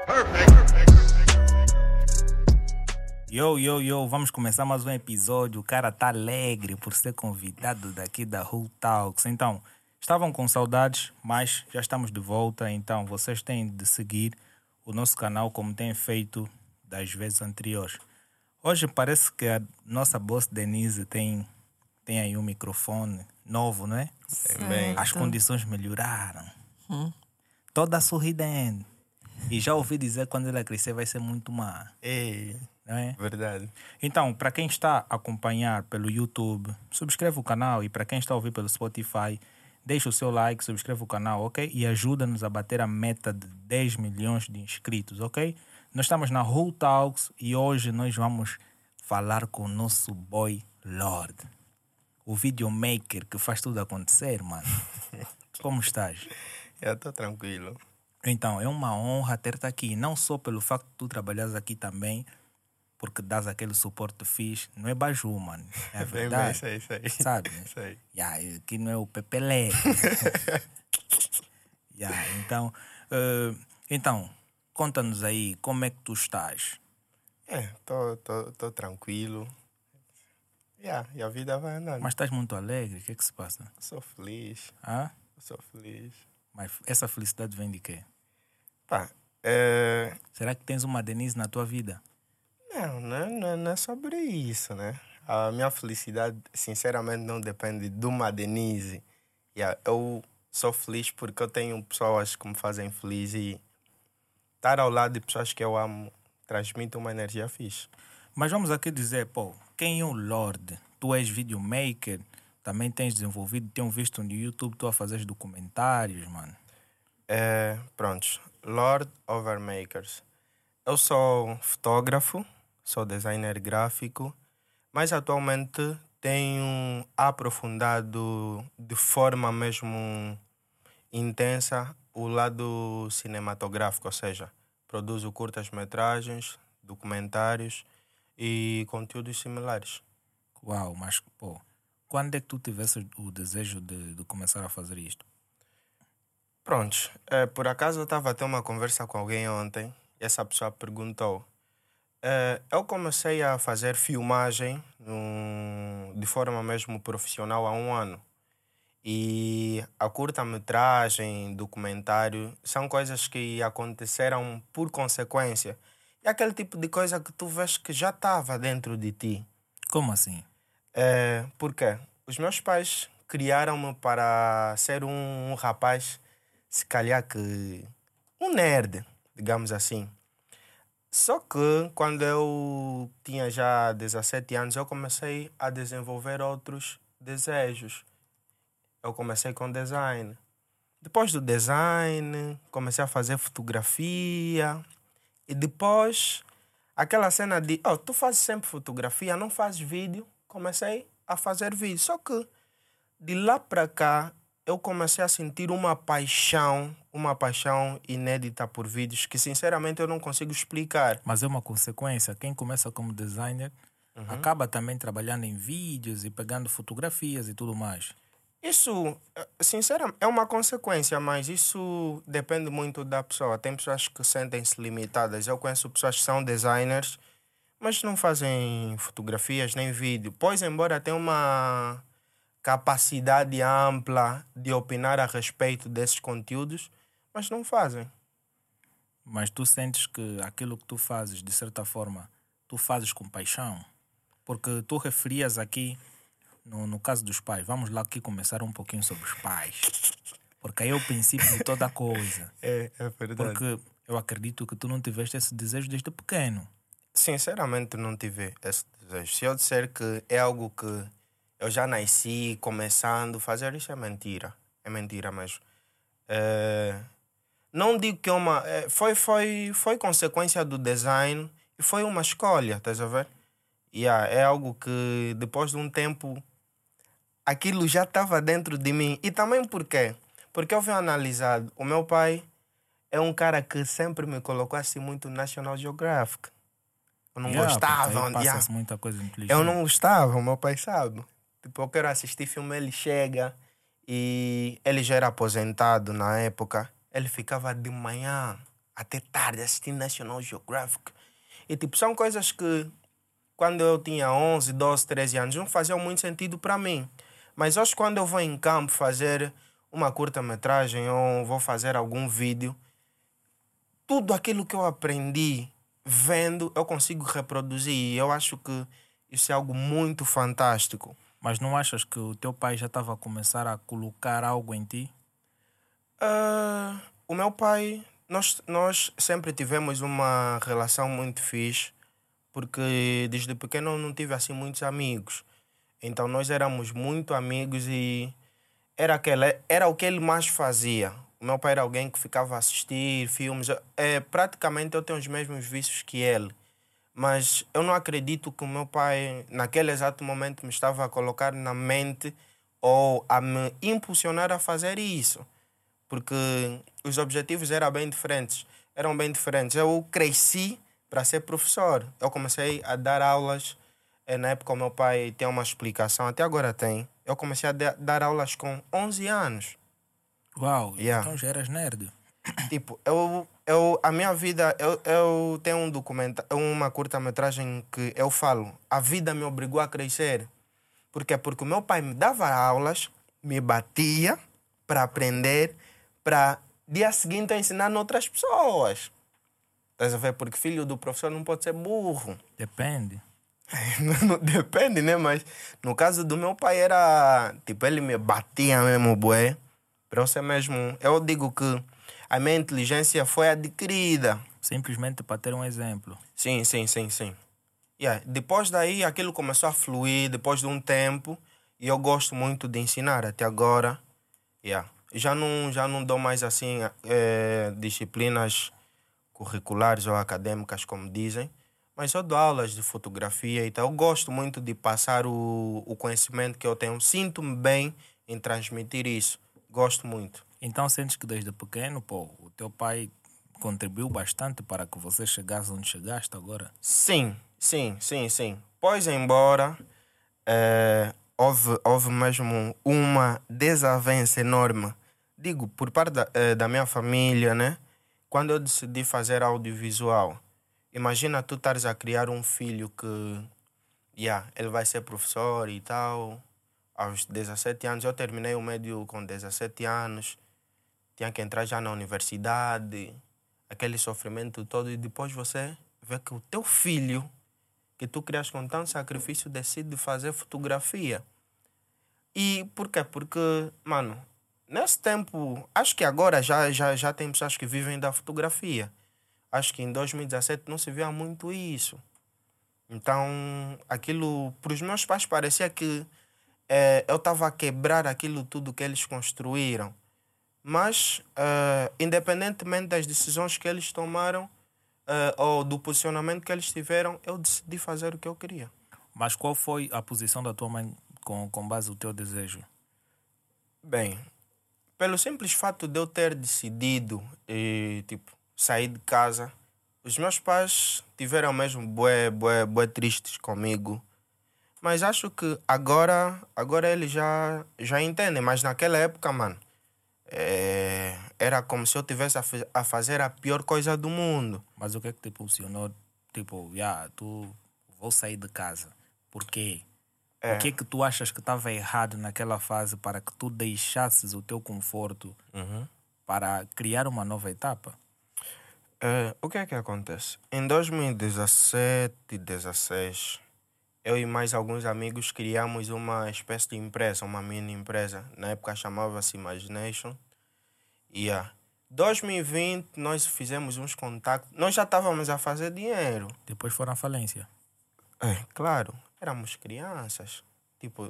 Yo, vamos começar mais um episódio. O cara tá alegre por ser convidado daqui da Who Talks. Então, estavam com saudades, mas já estamos de volta. Então, vocês têm de seguir o nosso canal como têm feito das vezes anteriores. Hoje parece que a nossa boss Denise tem aí um microfone novo, não é? As condições melhoraram. Toda sorridente. E já ouvi dizer que quando ela crescer vai ser muito má. Não é? Verdade. Então, para quem está a acompanhar pelo YouTube, subscreve o canal. E para quem está a ouvir pelo Spotify, deixa o seu like, subscreve o canal, ok? E ajuda-nos a bater a meta de 10 milhões de inscritos, ok? Nós estamos na Who Talks e hoje nós vamos falar com o nosso boy Lord. O videomaker que faz tudo acontecer, mano. Como estás? Eu estou tranquilo. Então, é uma honra ter-te aqui. Não só pelo facto de tu trabalhares aqui também, porque dás aquele suporte fixe. Não é baju, mano. É a verdade. Isso aí. Sabe? Isso aí. Aqui não é o Pepelé. Então, conta-nos aí como é que tu estás. Tô tranquilo. E a vida vai andando. Mas estás muito alegre, o que é que se passa? Sou feliz. Ah? Sou feliz. Mas essa felicidade vem de quê? Pá, Será que tens uma Denise na tua vida? não é sobre isso, né? A minha felicidade, sinceramente, não depende de uma Denise. Eu sou feliz porque eu tenho pessoas que me fazem feliz e estar ao lado de pessoas que eu amo transmite uma energia fixe. Mas vamos aqui dizer, quem é o Lord? Tu és videomaker, também tens desenvolvido, tenho visto no YouTube tu a fazer documentários, mano. Prontos, Lord Overmakers. Eu sou fotógrafo, sou designer gráfico, mas atualmente tenho aprofundado de forma mesmo intensa o lado cinematográfico, ou seja, produzo curtas-metragens, documentários e conteúdos similares. Uau, mas quando é que tu tivesse o desejo de começar a fazer isto? Prontos, por acaso eu estava a ter uma conversa com alguém ontem e essa pessoa perguntou. Eu comecei a fazer filmagem de forma mesmo profissional há 1 ano. E a curta-metragem, documentário, são coisas que aconteceram por consequência. É aquele tipo de coisa que tu vês que já estava dentro de ti. Como assim? Por quê? Os meus pais criaram-me para ser um rapaz, se calhar que... um nerd, digamos assim. Só que quando eu tinha já 17 anos, eu comecei a desenvolver outros desejos. Eu comecei com design. Depois do design, comecei a fazer fotografia. E depois, aquela cena de, tu fazes sempre fotografia, não fazes vídeo. Comecei a fazer vídeo. Só que de lá para cá, eu comecei a sentir uma paixão inédita por vídeos que sinceramente eu não consigo explicar. Mas é uma consequência. Quem começa como designer acaba também trabalhando em vídeos e pegando fotografias e tudo mais. Isso, sinceramente, é uma consequência, mas isso depende muito da pessoa. Tem pessoas que sentem-se limitadas. Eu conheço pessoas que são designers, mas não fazem fotografias nem vídeo. Pois, embora tenham uma capacidade ampla de opinar a respeito desses conteúdos, mas não fazem. Mas tu sentes que aquilo que tu fazes, de certa forma, tu fazes com paixão? Porque tu referias aqui, no caso dos pais, vamos lá aqui começar um pouquinho sobre os pais. Porque aí é o princípio de toda a coisa. É verdade. Porque eu acredito que tu não tiveste esse desejo desde pequeno. Sinceramente, não tive esse desejo. Se eu disser que é algo que eu já nasci começando a fazer, isso é mentira. É mentira mesmo. Não digo que é uma... Foi consequência do design e foi uma escolha, estás a ver? É algo que depois de um tempo aquilo já estava dentro de mim. E também por quê? Porque eu venho analisar, o meu pai é um cara que sempre me colocou assim muito National Geographic. Eu não gostava. Passa-se muita coisa no clichê. Eu não gostava, o meu pai sabe. Tipo, eu quero assistir filme, ele chega e ele já era aposentado na época. Ele ficava de manhã até tarde, assistindo National Geographic. E tipo, são coisas que quando eu tinha 11, 12, 13 anos não faziam muito sentido para mim. Mas hoje quando eu vou em campo fazer uma curta-metragem ou vou fazer algum vídeo, tudo aquilo que eu aprendi vendo, eu consigo reproduzir. E eu acho que isso é algo muito fantástico. Mas não achas que o teu pai já estava a começar a colocar algo em ti? O meu pai, nós sempre tivemos uma relação muito fixe, porque desde pequeno eu não tive assim muitos amigos. Então nós éramos muito amigos e era o que ele mais fazia. O meu pai era alguém que ficava a assistir filmes. Praticamente eu tenho os mesmos vícios que ele. Mas eu não acredito que o meu pai, naquele exato momento, me estava a colocar na mente ou a me impulsionar a fazer isso. Porque os objetivos eram bem diferentes. Eu cresci para ser professor. Eu comecei a dar aulas. Na época o meu pai tem uma explicação, até agora tem. Eu comecei a dar aulas com 11 anos. Uau, Yeah. então já eras nerd. Tipo, a minha vida, eu tenho uma curta-metragem que eu falo, a vida me obrigou a crescer. Por quê? Porque o meu pai me dava aulas, me batia para aprender, para dia seguinte eu ensinar outras pessoas. Estás a ver? Porque filho do professor não pode ser burro. Depende. Não depende, né? Mas no caso do meu pai era... Tipo, ele me batia mesmo, bué. Para eu ser mesmo... Eu digo que a minha inteligência foi adquirida. Simplesmente para ter um exemplo. Sim. Yeah. Depois daí, aquilo começou a fluir, depois de um tempo. E eu gosto muito de ensinar até agora. Yeah. Já não dou mais, assim, disciplinas curriculares ou acadêmicas, como dizem. Mas eu dou aulas de fotografia, então eu gosto muito de passar o conhecimento que eu tenho. Sinto-me bem em transmitir isso. Gosto muito. Então sentes que desde pequeno, pô, o teu pai contribuiu bastante para que você chegasse onde chegaste agora? Sim. Pois embora houve mesmo uma desavença enorme. Digo, por parte da minha família, né? Quando eu decidi fazer audiovisual. Imagina tu estares a criar um filho que ele vai ser professor e tal. Aos 17 anos, eu terminei o médio com 17 anos. Tinha que entrar já na universidade. Aquele sofrimento todo. E depois você vê que o teu filho, que tu crias com tanto sacrifício, decide fazer fotografia. E por quê? Porque, mano, nesse tempo, acho que agora já tem pessoas que vivem da fotografia. Acho que em 2017 não se via muito isso. Então, aquilo, para os meus pais, parecia que eu estava a quebrar aquilo tudo que eles construíram. Mas, independentemente das decisões que eles tomaram ou do posicionamento que eles tiveram, eu decidi fazer o que eu queria. Mas qual foi a posição da tua mãe com base no teu desejo? Bem, pelo simples fato de eu ter decidido sair de casa, os meus pais tiveram mesmo bué tristes comigo. Mas acho que agora eles já entendem. Mas naquela época, mano, era como se eu estivesse a fazer a pior coisa do mundo. Mas o que é que te impulsionou? Tipo, tu vou sair de casa. Por quê? O que é que tu achas que estava errado naquela fase para que tu deixasses o teu conforto para criar uma nova etapa? O que é que acontece? Em 2017 e 2016, eu e mais alguns amigos criamos uma espécie de empresa, uma mini empresa. Na época chamava-se Imagination. E 2020 nós fizemos uns contactos. Nós já estávamos a fazer dinheiro. Depois foram à falência. Claro, éramos crianças. Tipo,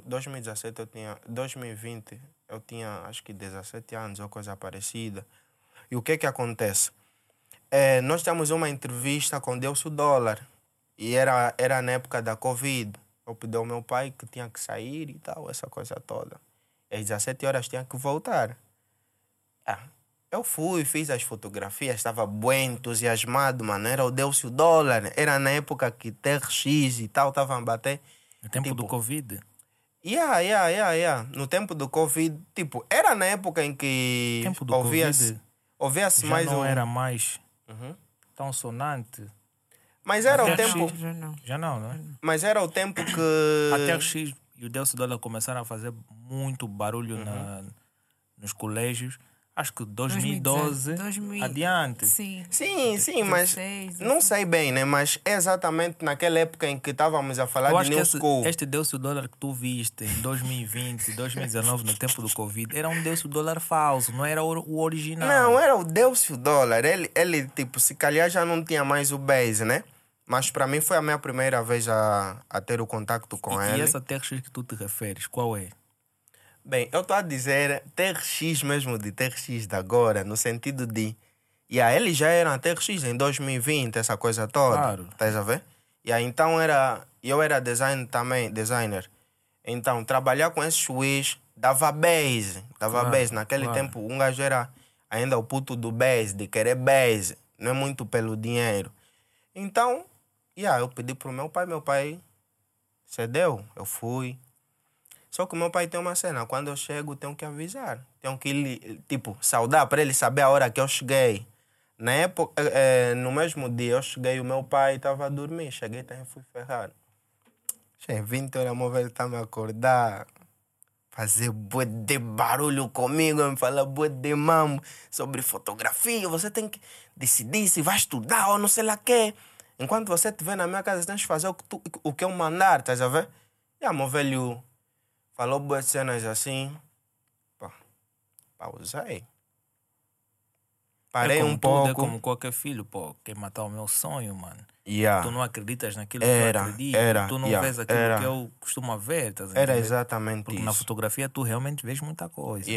2020 eu tinha acho que 17 anos ou coisa parecida. E o que é que acontece? Nós tínhamos uma entrevista com Delcio Dólar. E era na época da Covid. Eu pedi ao meu pai que tinha que sair e tal, essa coisa toda. E às 17 horas tinha que voltar. Eu fui, fiz as fotografias, estava bem entusiasmado, mano. Era o Delcio Dólar. Era na época que TRX e tal estavam a bater. No tempo do Covid? No tempo do Covid, tipo, era na época em que tempo do Covid ouvia-se já mais não era mais tão sonante. Mas era o Até tempo... Já não. Já não, não é? Mas era o tempo que... Até o X e o Delcio Dólar começaram a fazer muito barulho nos colégios. Acho que 2012 2000, adiante. Sim. Sim, mas 16, não sei bem, né? Mas é exatamente naquela época em que estávamos a falar Eu de acho que New School. este Delcio Dólar que tu viste em 2020, 2019, no tempo do Covid, era um Delcio Dólar falso, não era o original. Não, era o Delcio Dólar. Ele, tipo, se calhar já não tinha mais o base, né? Mas para mim foi a minha primeira vez a ter o contacto com E ele. essa TRX que tu te referes, qual é? Bem, eu estou a dizer TRX mesmo, de TRX de agora, no sentido de... ele já era a TRX em 2020, essa coisa toda. Claro. Estás a ver? Então eu era designer. Então, trabalhar com esse Swiss dava base. Claro, Base. Naquele claro. tempo, um gajo era ainda o puto do base, de querer base. Não é muito pelo dinheiro. Então, eu pedi pro meu pai cedeu, eu fui. Só que o meu pai tem uma cena, quando eu chego tenho que avisar. Tenho que ir, tipo, saudar para ele saber a hora que eu cheguei. Na época, no mesmo dia eu cheguei, o meu pai estava a dormir. Cheguei e fui ferrar. 20 horas, o meu velho está a me acordar. Fazer bué de barulho comigo, me falar bué de mambo sobre fotografia. Você tem que decidir se vai estudar ou não sei lá o quê. Enquanto você estiver na minha casa, tens que fazer o que eu mandar, estás a ver? Meu velho falou boas cenas assim. Pausei. Parei como um tudo, pouco. é como qualquer filho, pô, quer matar o meu sonho, mano. Tu não acreditas naquilo que eu acredito. Tu não vês aquilo que eu costumo ver, tá Era entendendo? exatamente Porque isso. na fotografia tu realmente vês muita coisa.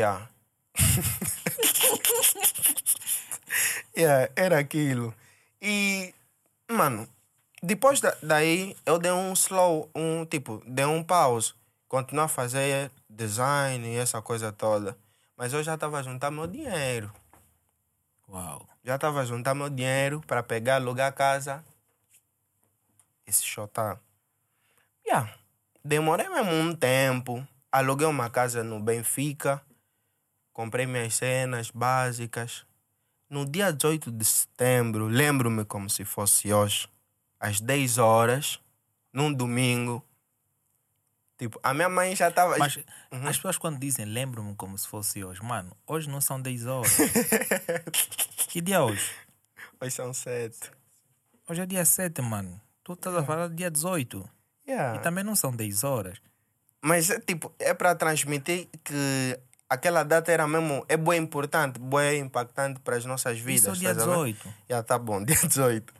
Era aquilo. E, mano, depois daí eu dei um slow, dei um pause. Continuar a fazer design e essa coisa toda. Mas eu já estava a juntar meu dinheiro. Uau. Já estava a juntar meu dinheiro para pegar, alugar a casa. Esse shotá. Demorei mesmo um tempo. Aluguei uma casa no Benfica. Comprei minhas cenas básicas. No dia 18 de setembro, lembro-me como se fosse hoje, às 10 horas, num domingo. Tipo, a minha mãe já estava... Mas as pessoas quando dizem lembro-me como se fosse hoje, mano, hoje não são 10 horas. Que dia é hoje? Hoje são 7. Hoje é dia 7, mano. Tu estás a falar do dia 18. E também não são 10 horas. Mas, é para transmitir que aquela data era mesmo... É bem importante, bem impactante para as nossas vidas. Isso é o dia 18. Tá bom, dia 18.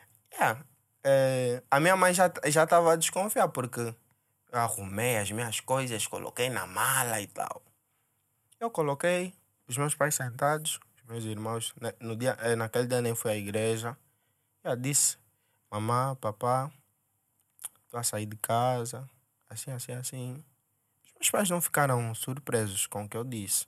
A minha mãe já estava a desconfiar, porque eu arrumei as minhas coisas, coloquei na mala e tal. Eu coloquei os meus pais sentados, os meus irmãos. Naquele dia nem fui à igreja. Eu disse, mamãe, papá, estou a sair de casa, assim. Os meus pais não ficaram surpresos com o que eu disse.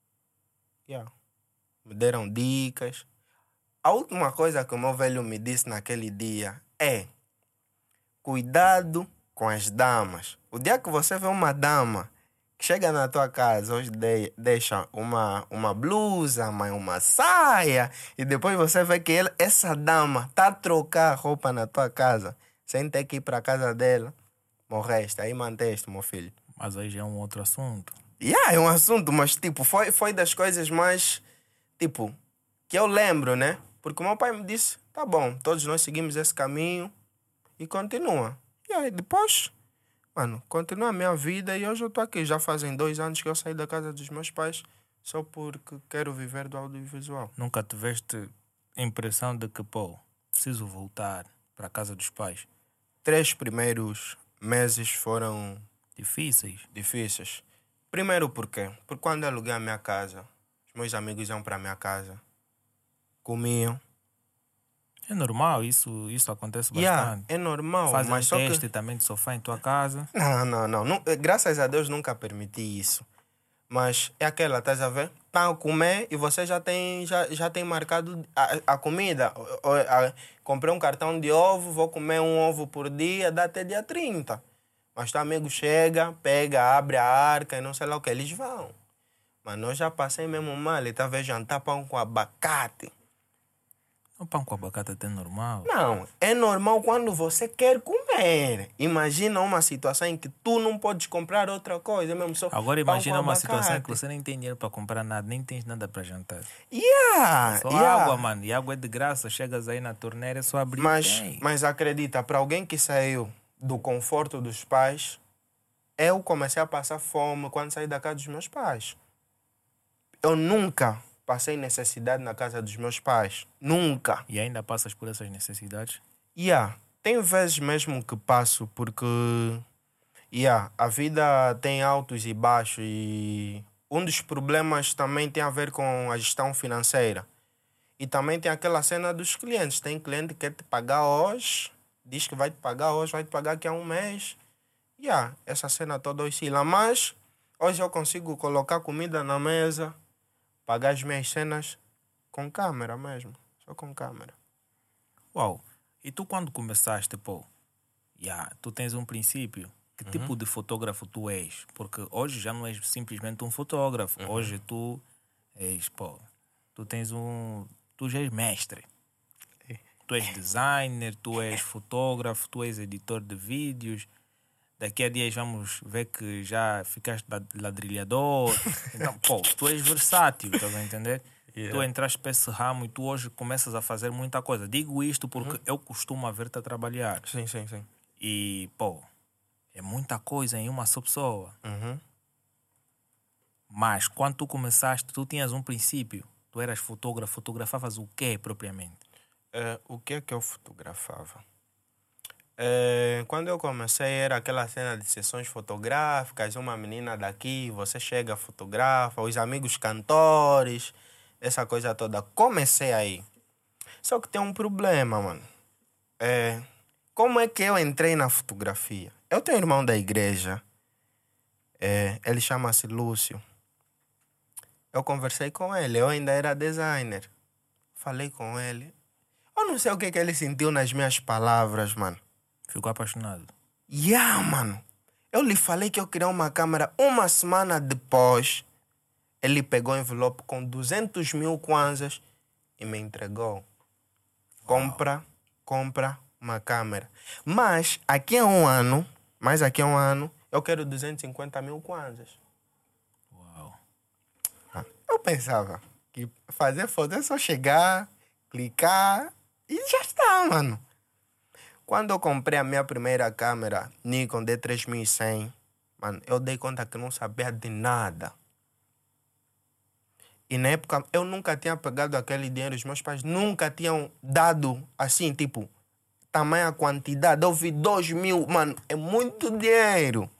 Me deram dicas. A última coisa que o meu velho me disse naquele dia é: cuidado com as damas. O dia que você vê uma dama que chega na tua casa, hoje deixa uma blusa, uma saia, e depois você vê que essa dama tá a trocar roupa na tua casa, sem ter que ir para a casa dela, morreste, aí manteste, meu filho. Mas aí já é um outro assunto. É um assunto, mas foi das coisas mais, que eu lembro, né? Porque o meu pai me disse, tá bom, todos nós seguimos esse caminho e continua. E aí depois, mano, continua a minha vida e hoje eu tô aqui. Já fazem 2 anos que eu saí da casa dos meus pais só porque quero viver do audiovisual. Nunca tiveste a impressão de que, preciso voltar para a casa dos pais? 3 primeiros meses foram difíceis. Primeiro por quê? Porque quando eu aluguei a minha casa, os meus amigos iam para a minha casa, comiam. É normal, isso acontece bastante. É normal. Fazem mas um teste também de sofá em tua casa. Não. Graças a Deus nunca permiti isso. Mas é aquela, estás a ver? Tá a comer e você já tem marcado a comida. Comprei um cartão de ovo, vou comer um ovo por dia, dá até dia 30. Mas teu amigo chega, pega, abre a arca e não sei lá o que, eles vão. Mas eu já passei mesmo mal, ele estava a jantar pão com abacate. O pão com abacate é até normal. Não, é normal quando você quer comer. Imagina uma situação em que tu não podes comprar outra coisa, mesmo só Agora pão com imagina uma situação em que abacate. você nem tem dinheiro para comprar nada, nem tens nada para jantar. Yeah, Só yeah. água, mano. E água é de graça. Chegas aí na torneira, é só abrir e Mas, tem. mas acredita, para alguém que saiu do conforto dos pais, eu comecei a passar fome quando saí da casa dos meus pais. Eu nunca passei necessidade na casa dos meus pais. Nunca. E ainda passas por essas necessidades? Yeah. Tem vezes mesmo que passo porque a vida tem altos e baixos e um dos problemas também tem a ver com a gestão financeira. E também tem aquela cena dos clientes. Tem cliente que quer te pagar hoje, diz que vai te pagar hoje, vai te pagar daqui a um mês. Essa cena toda oscila. Mas hoje eu consigo colocar comida na mesa, pagar as minhas cenas com câmera mesmo. Só com câmera. Uau. E tu quando começaste, pô, tu tens um princípio. Que tipo de fotógrafo tu és? Porque hoje já não és simplesmente um fotógrafo. Hoje tu és, pô, tu tens um... Tu já és mestre. Tu és designer, tu és fotógrafo, tu és editor de vídeos. Daqui a dias vamos ver que já ficaste ladrilhador. Então, pô, tu és versátil, estás a entender? Tu entraste para esse ramo e tu hoje começas a fazer muita coisa. Digo isto porque eu costumo ver-te a trabalhar. Sim. E, pô, é muita coisa em uma só pessoa. Mas quando tu começaste, tu tinhas um princípio. Tu eras fotógrafo, fotografavas o quê propriamente? O que é que eu fotografava? Quando eu comecei era aquela cena de sessões fotográficas, uma menina daqui, você chega, fotografa, os amigos cantores, essa coisa toda. Comecei aí. Só que tem um problema, mano. Como é que eu entrei na fotografia? Eu tenho um irmão da igreja, ele chama-se Lúcio. Eu conversei com ele, eu ainda era designer. Falei com ele. Eu não sei o que ele sentiu nas minhas palavras, mano. Ficou apaixonado? Mano. Eu lhe falei que eu queria uma câmera. Uma semana depois, ele pegou um envelope com 200 mil kwanzas e me entregou. Compra uma câmera. Mas aqui a um ano, eu quero 250 mil kwanzas. Uau. Eu pensava que fazer foto é só chegar, clicar e já está, mano. Quando eu comprei a minha primeira câmera, Nikon D3100, mano, eu dei conta que não sabia de nada. E na época, eu nunca tinha pegado aquele dinheiro. Os meus pais nunca tinham dado, assim, tipo, tamanha quantidade. Eu vi 2 mil, mano, é muito dinheiro.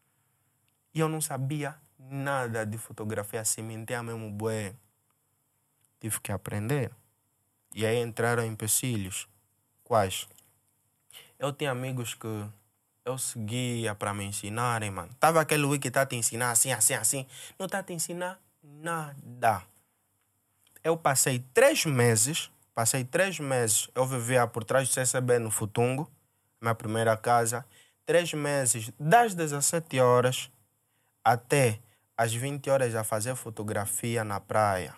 E eu não sabia nada de fotografia, assim, mentia mesmo, bué. Tive que aprender. E aí entraram empecilhos. Quais? Eu tinha amigos que eu seguia para me ensinarem, mano. Tava aquele wiki que tá te ensinar assim. Não tá te ensinar nada. Eu passei 3 meses. Eu vivia por trás do CCB no Futungo, minha primeira casa. 3 meses, das 17 horas até as 20 horas a fazer fotografia na praia.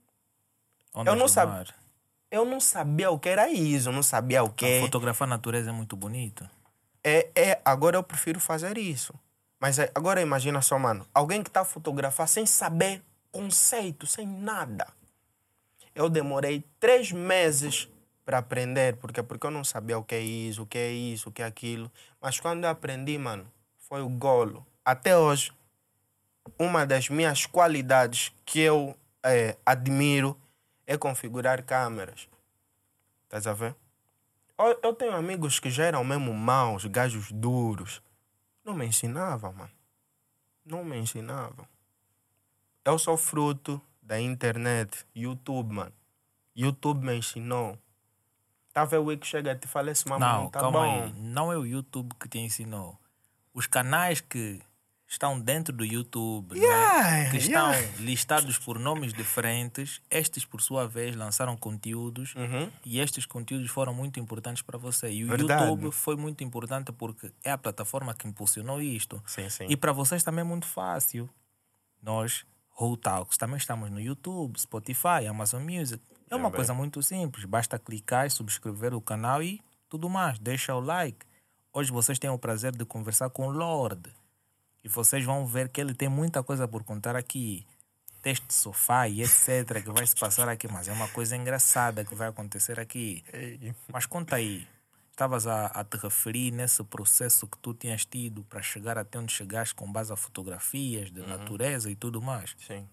Eu não sabia o que era isso, eu não sabia o que. Fotografar a natureza é muito bonito. Agora eu prefiro fazer isso. Mas agora imagina só, mano. Alguém que está a fotografar sem saber conceito, sem nada. Eu demorei 3 meses para aprender. Porque eu não sabia o que é isso, o que é aquilo. Mas quando eu aprendi, mano, foi o golo. Até hoje, uma das minhas qualidades que eu admiro é configurar câmeras. Estás a ver? Eu tenho amigos que já eram mesmo maus, gajos duros. Não me ensinavam, mano. Não me ensinavam. Eu sou fruto da internet, YouTube, mano. YouTube me ensinou. Tá vendo o Wiki chega e te fala esse mano não tá calma bom. aí. Não é o YouTube que te ensinou. Os canais que estão dentro do YouTube, né? Que estão listados por nomes diferentes, estes, por sua vez, lançaram conteúdos e estes conteúdos foram muito importantes para você. E o YouTube foi muito importante porque é a plataforma que impulsionou isto. Sim. E para vocês também é muito fácil. Nós, Whole Talks, também estamos no YouTube, Spotify, Amazon Music. É uma coisa muito simples. Basta clicar e subscrever o canal e tudo mais. Deixa o like. Hoje vocês têm o prazer de conversar com o Lorde. E vocês vão ver que ele tem muita coisa por contar aqui. Teste de sofá e etc. que vai se passar aqui. Mas é uma coisa engraçada que vai acontecer aqui. Mas conta aí. Estavas a te referir nesse processo que tu tinhas tido para chegar até onde chegaste com base a fotografias de natureza e tudo mais. Sim.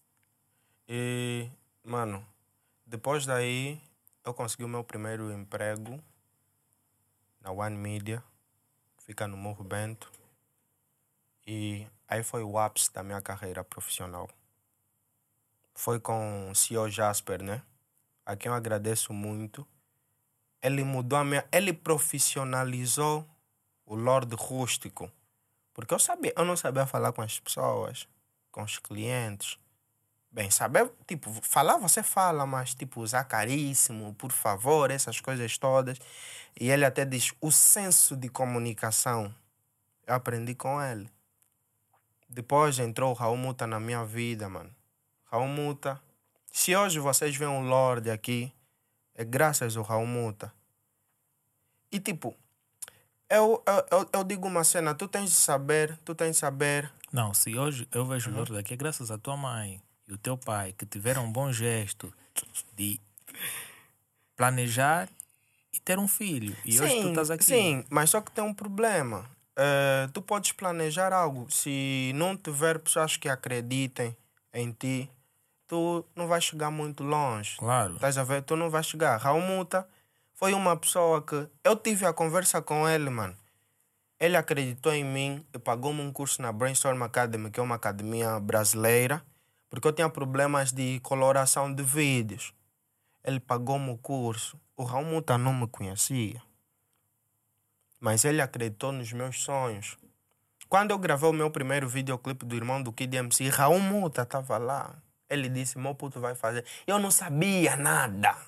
E, mano, depois daí eu consegui o meu primeiro emprego na One Media, que fica no Morro Bento. E aí foi o ápice da minha carreira profissional. Foi com o CEO Jasper, né? A quem eu agradeço muito. Ele mudou ele profissionalizou o Lorde Rústico. Porque eu não sabia falar com as pessoas, com os clientes. Bem, saber, tipo, falar você fala, mas tipo, usar caríssimo, por favor, essas coisas todas. E ele até diz, o senso de comunicação, eu aprendi com ele. Depois entrou o Raul Muta na minha vida, mano. Raul Muta, se hoje vocês veem um Lorde aqui, é graças ao Raul Muta. E tipo, eu digo uma cena, tu tens de saber. Não, se hoje eu vejo o Lorde aqui é graças à tua mãe e o teu pai, que tiveram um bom gesto de planejar e ter um filho. E hoje tu estás aqui. Sim, mas só que tem um problema. Tu podes planejar algo. Se não tiver pessoas que acreditem em ti, tu não vais chegar muito longe. Claro. Estás a ver? Tu não vais chegar. Raul Muta foi uma pessoa que... Eu tive a conversa com ele, mano. Ele acreditou em mim e pagou-me um curso na Brainstorm Academy, que é uma academia brasileira, porque eu tinha problemas de coloração de vídeos. Ele pagou-me o curso. O Raul Muta não me conhecia. Mas ele acreditou nos meus sonhos. Quando eu gravei o meu primeiro videoclipe do irmão do Kid MC, Raul Muta estava lá. Ele disse, meu puto vai fazer. Eu não sabia nada.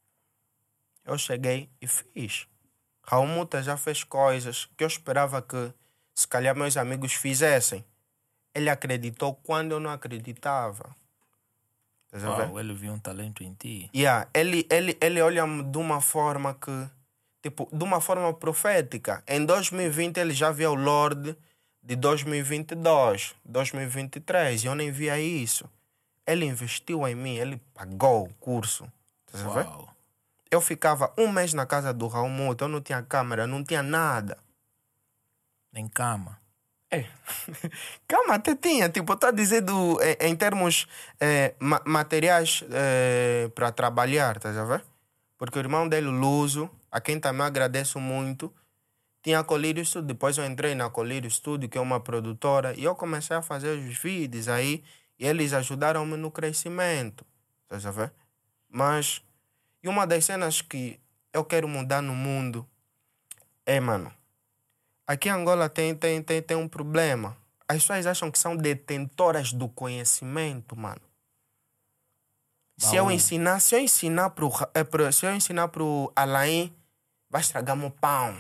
Eu cheguei e fiz. Raul Muta já fez coisas que eu esperava que, se calhar, meus amigos fizessem. Ele acreditou quando eu não acreditava. Uau, ele viu um talento em ti. Ele olha-me de uma forma que... Tipo, de uma forma profética. Em 2020 ele já via o Lorde de 2022, 2023. E eu nem via isso. Ele investiu em mim, ele pagou o curso. Uau. Eu ficava um mês na casa do Raul Muta, eu não tinha câmera, não tinha nada. Nem cama. Cama até tinha, tipo, eu estou a dizer em termos materiais para trabalhar, estás a ver? Porque o irmão dele, Luso, a quem também agradeço muito, tinha a Colírio Studio. Depois eu entrei na Colírio Studio, que é uma produtora, e eu comecei a fazer os vídeos aí, e eles ajudaram-me no crescimento, estás a ver? Mas, e uma das cenas que eu quero mudar no mundo é, mano, aqui em Angola tem um problema. As pessoas acham que são detentoras do conhecimento, mano. Se eu ensinar pro Alain, vai estragar meu pão.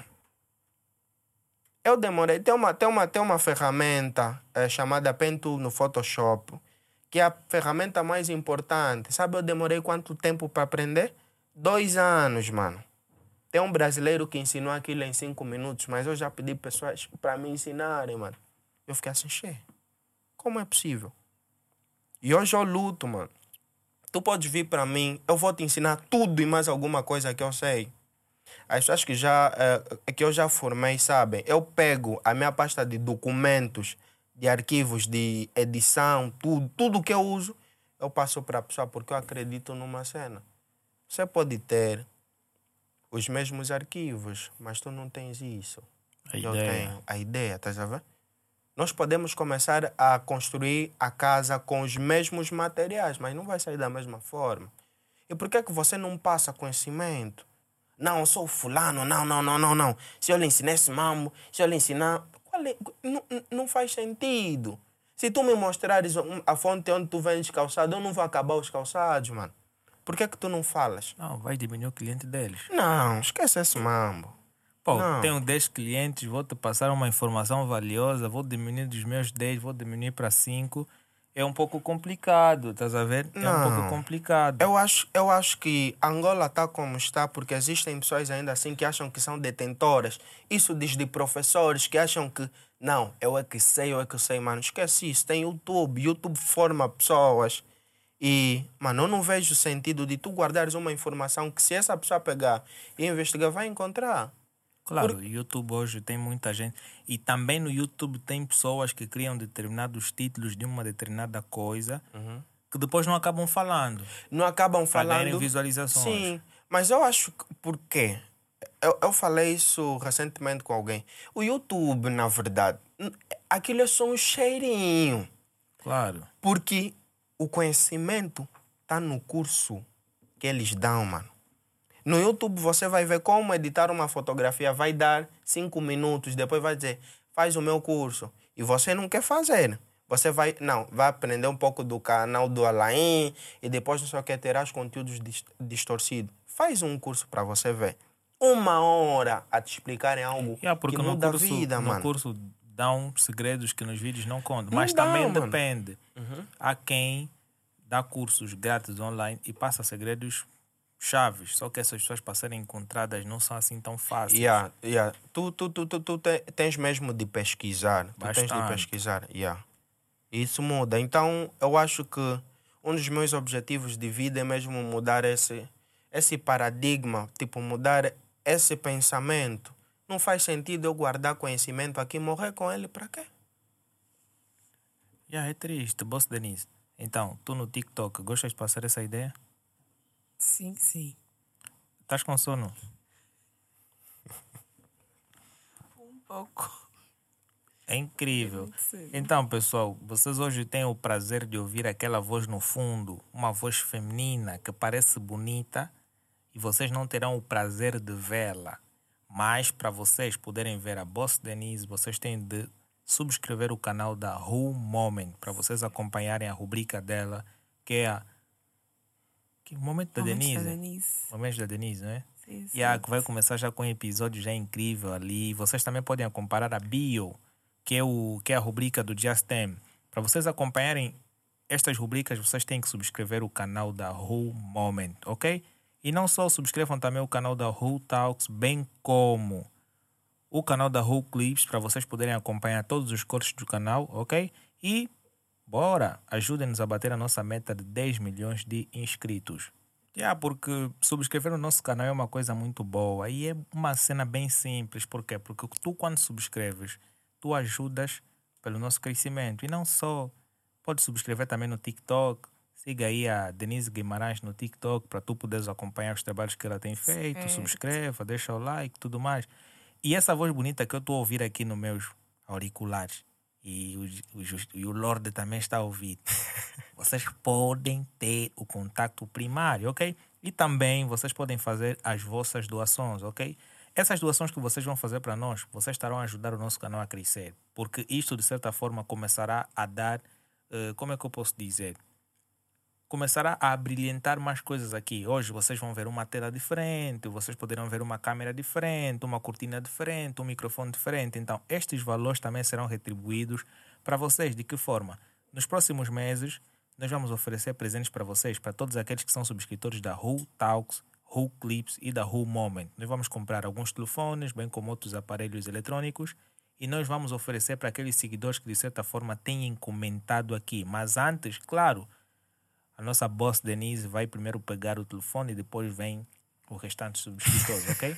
Eu demorei. Tem uma ferramenta chamada Pentool no Photoshop, que é a ferramenta mais importante. Sabe, eu demorei quanto tempo para aprender? 2 anos, mano. Tem um brasileiro que ensinou aquilo em 5 minutos, mas eu já pedi pessoas para me ensinarem, mano. Eu fiquei assim, como é possível? E hoje eu luto, mano. Tu podes vir para mim, eu vou te ensinar tudo e mais alguma coisa que eu sei. As pessoas que eu já formei sabem, eu pego a minha pasta de documentos, de arquivos, de edição, tudo que eu uso, eu passo para a pessoa porque eu acredito numa cena. Você pode ter os mesmos arquivos, mas tu não tens isso. Eu tenho a ideia, estás a ver? Nós podemos começar a construir a casa com os mesmos materiais, mas não vai sair da mesma forma. E por que é que você não passa conhecimento? Não, eu sou fulano, não. Se eu lhe ensinar esse mambo, se eu lhe ensinar... Não faz sentido. Se tu me mostrares a fonte onde tu vendes calçado, eu não vou acabar os calçados, mano. Por que é que tu não falas? Não, vai diminuir o cliente deles. Não, esquece esse mambo. Pô, tenho 10 clientes, vou te passar uma informação valiosa, vou diminuir dos meus 10, vou diminuir para 5 é um pouco complicado, estás a ver? É um pouco Não. complicado. Eu acho que Angola está como está porque existem pessoas ainda assim que acham que são detentoras. Isso diz de professores que acham que não, eu é que sei, mano. Esquece isso. Tem YouTube. YouTube forma pessoas. E, mano, eu não vejo sentido de tu guardares uma informação que se essa pessoa pegar e investigar, vai encontrar. Claro, o YouTube hoje tem muita gente. E também no YouTube tem pessoas que criam determinados títulos de uma determinada coisa que depois não acabam falando Não acabam para ganharem falando. visualizações. Sim, mas eu acho que. Por quê? Eu falei isso recentemente com alguém. O YouTube, na verdade, aquilo é só um cheirinho. Claro. Porque o conhecimento está no curso que eles dão, mano. No YouTube você vai ver como editar uma fotografia, vai dar 5 minutos, depois vai dizer, faz o meu curso. E você não quer fazer. Você vai, não, vai aprender um pouco do canal do Alain e depois não só quer ter os conteúdos distorcidos. Faz um curso para você ver. 1 hora a te explicarem algo que Porque muda a vida, no mano. curso dão segredos que nos vídeos não contam. Não Mas dá, também mano. depende. Há quem dá cursos grátis online e passa segredos chaves. Só que essas pessoas para serem encontradas não são assim tão fáceis. Yeah. Tu tens mesmo de pesquisar. Tu tens de Bastante. pesquisar. Yeah. Isso muda. Então, eu acho que um dos meus objetivos de vida é mesmo mudar esse paradigma, tipo, mudar esse pensamento. Não faz sentido eu guardar conhecimento aqui e morrer com ele para quê? É triste, Boss Denise. Então, tu no TikTok gostas de passar essa ideia? Sim, sim. Estás com sono? Um pouco. É incrível. Muito cedo. Então, pessoal, vocês hoje têm o prazer de ouvir aquela voz no fundo, uma voz feminina que parece bonita, e vocês não terão o prazer de vê-la. Mas para vocês poderem ver a Boss Denise, vocês têm de subscrever o canal da Who Moment para vocês acompanharem a rubrica dela, que é a que Momento da Momentos Denise. da Denise. Momentos da Denise, não é? Sim, E a sim. que vai começar já com um episódio já incrível ali. Vocês também podem acompanhar a Bio, que é a rubrica do Just Them. Para vocês acompanharem estas rubricas, vocês têm que subscrever o canal da Who Moment, ok? E não só subscrevam também o canal da Who Talks, bem como o canal da Who Clips, para vocês poderem acompanhar todos os cortes do canal, ok? E bora, ajudem-nos a bater a nossa meta de 10 milhões de inscritos. Porque subscrever o nosso canal é uma coisa muito boa e é uma cena bem simples. Por quê? Porque tu, quando subscreves, tu ajudas pelo nosso crescimento. E não só, pode subscrever também no TikTok. Siga aí a Denise Guimarães no TikTok para tu poderes acompanhar os trabalhos que ela tem feito. Certo. Subscreva, deixa o like e tudo mais. E essa voz bonita que eu estou a ouvir aqui nos meus auriculares, e o Lorde também está a ouvir, vocês podem ter o contato primário, ok? E também vocês podem fazer as vossas doações, ok? Essas doações que vocês vão fazer para nós, vocês estarão a ajudar o nosso canal a crescer. Porque isto, de certa forma, começará a dar, como é que eu posso dizer? Começará a brilhantar mais coisas aqui. Hoje vocês vão ver uma tela diferente, vocês poderão ver uma câmera diferente, uma cortina diferente, um microfone diferente. Então, estes valores também serão retribuídos para vocês. De que forma? Nos próximos meses, nós vamos oferecer presentes para vocês, para todos aqueles que são subscritores da Who Talks, Who Clips e da Who Moment. Nós vamos comprar alguns telefones, bem como outros aparelhos eletrônicos, e nós vamos oferecer para aqueles seguidores que, de certa forma, tenham comentado aqui. Mas antes, claro, a nossa boss Denise vai primeiro pegar o telefone e depois vem o restante dos subscritores, ok?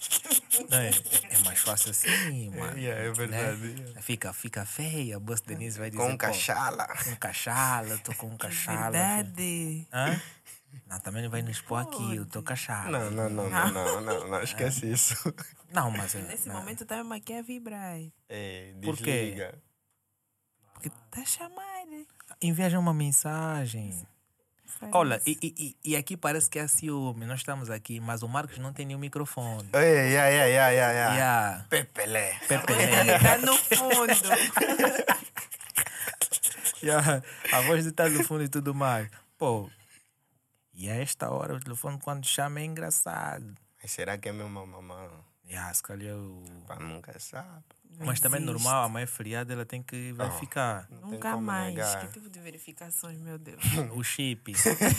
Não é mais fácil assim, mano. É verdade. Né? Fica feia. A boss Denise vai dizer, Com cachala. Com cachala, eu tô com um cachala. Verdade. Hã? Não, também não vai nos expor aqui, eu tô cachala. Não, esquece isso. Não, mas... Nesse momento tá mesmo aqui a vibrar. Por quê? Desliga. Porque tá chamado. Envia uma mensagem. Faz Olha, isso. e aqui parece que é ciúme. Nós estamos aqui, mas o Marcos não tem nenhum microfone. Yeah. Pepelé. Ele tá no fundo. A voz de estar no fundo e tudo mais. Pô, e a esta hora o telefone quando chama é engraçado. Mas será que é meu mamãe? Se calhar Pá, nunca sabe. Não Mas também é existe. normal, amanhã é feriado, ela tem que verificar Não tem Nunca como mais. negar. Que tipo de verificações, meu Deus? o chip.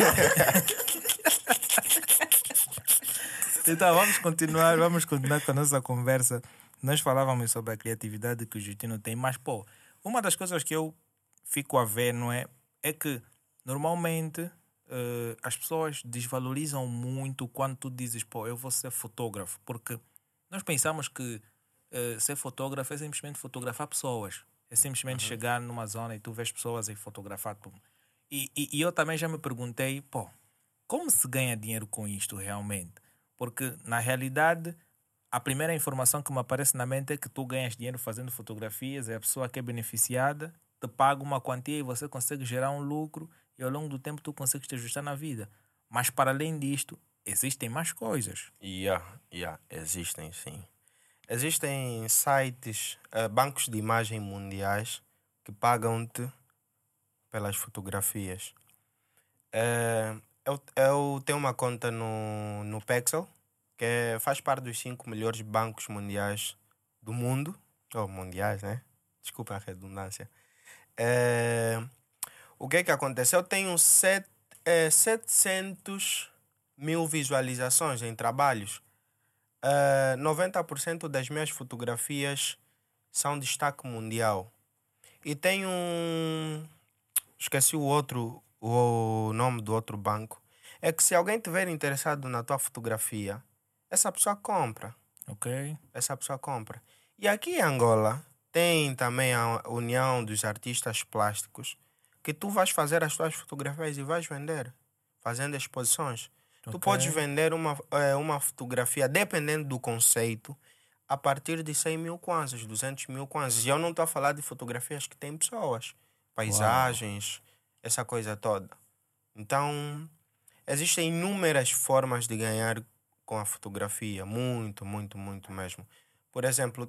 Então, vamos continuar com a nossa conversa. Nós falávamos sobre a criatividade que o Justino tem, mas, pô, uma das coisas que eu fico a ver, não é? É que, normalmente, as pessoas desvalorizam muito quando tu dizes, pô, eu vou ser fotógrafo, porque nós pensamos que ser fotógrafo é simplesmente fotografar pessoas. É simplesmente chegar numa zona e tu vês pessoas e fotografar. Pum. E eu também já me perguntei, pô, como se ganha dinheiro com isto realmente? Porque, na realidade, a primeira informação que me aparece na mente é que tu ganhas dinheiro fazendo fotografias, é a pessoa que é beneficiada, te paga uma quantia e você consegue gerar um lucro e ao longo do tempo tu consegues te ajustar na vida. Mas, para além disto, existem mais coisas. Existem sim. Existem sites, bancos de imagem mundiais que pagam-te pelas fotografias. Eu tenho uma conta no Pexel, que faz parte dos 5 melhores bancos mundiais do mundo. Ou mundiais, né? Desculpa a redundância. O que é que acontece? Eu tenho 700 mil visualizações em trabalhos. 90% das minhas fotografias são destaque mundial. E tenho esqueci o nome do outro banco. É que se alguém tiver interessado na tua fotografia, essa pessoa compra. Ok? Essa pessoa compra. E aqui em Angola tem também a União dos Artistas Plásticos, que tu vais fazer as tuas fotografias e vais vender, fazendo exposições. Tu Ok. podes vender uma fotografia, dependendo do conceito, a partir de 100 mil kwanzas, 200 mil kwanzas. E eu não estou a falar de fotografias que têm pessoas, paisagens, essa coisa toda. Então, existem inúmeras formas de ganhar com a fotografia. Muito, muito, muito mesmo. Por exemplo,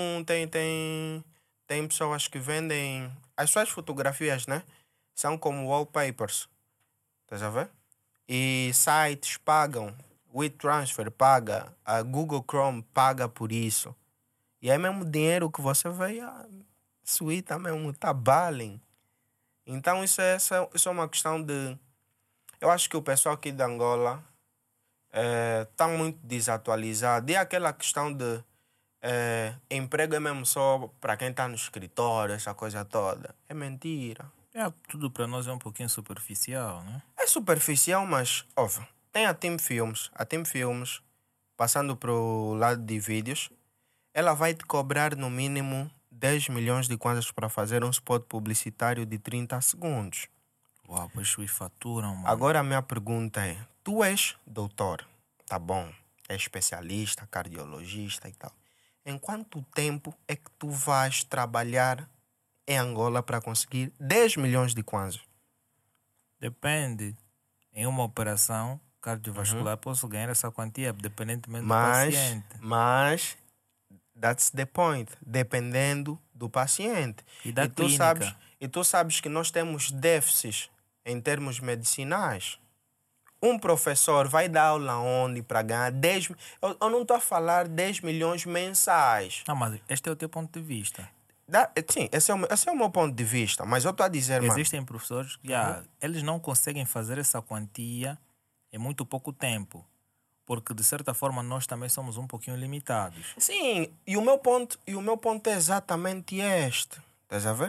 tem pessoas que vendem... As suas fotografias, né? São como wallpapers. Estás a ver? E sites pagam, o WeTransfer paga, a Google Chrome paga por isso. E é mesmo dinheiro que você vê, a suíta mesmo, tá balem. Então isso é uma questão de... Eu acho que o pessoal aqui de Angola está muito desatualizado. E aquela questão de emprego é mesmo só para quem está no escritório, essa coisa toda. É mentira. Tudo para nós é um pouquinho superficial, né? É superficial, mas, óbvio, tem a Team Films. A Team Films, passando para o lado de vídeos, ela vai te cobrar no mínimo 10 milhões de kwanzas para fazer um spot publicitário de 30 segundos. Uau, pois eles faturam, mano. Agora a minha pergunta é, tu és doutor, tá bom, é especialista, cardiologista e tal. Em quanto tempo é que tu vais trabalhar em Angola para conseguir 10 milhões de kwanzas? Depende. Em uma operação cardiovascular posso ganhar essa quantia, dependentemente do Mas, paciente. that's the point. Dependendo do paciente. E da tu clínica. tu sabes que nós temos déficits em termos medicinais. Um professor vai dar aula onde para ganhar 10... Eu não estou a falar 10 milhões mensais. Não, mas este é o teu ponto de vista. Sim, esse é o meu ponto de vista. Mas eu estou a dizer, mano... Existem professores que eles não conseguem fazer essa quantia em muito pouco tempo. Porque, de certa forma, nós também somos um pouquinho limitados. Sim, e o meu ponto é exatamente este. Estás a ver?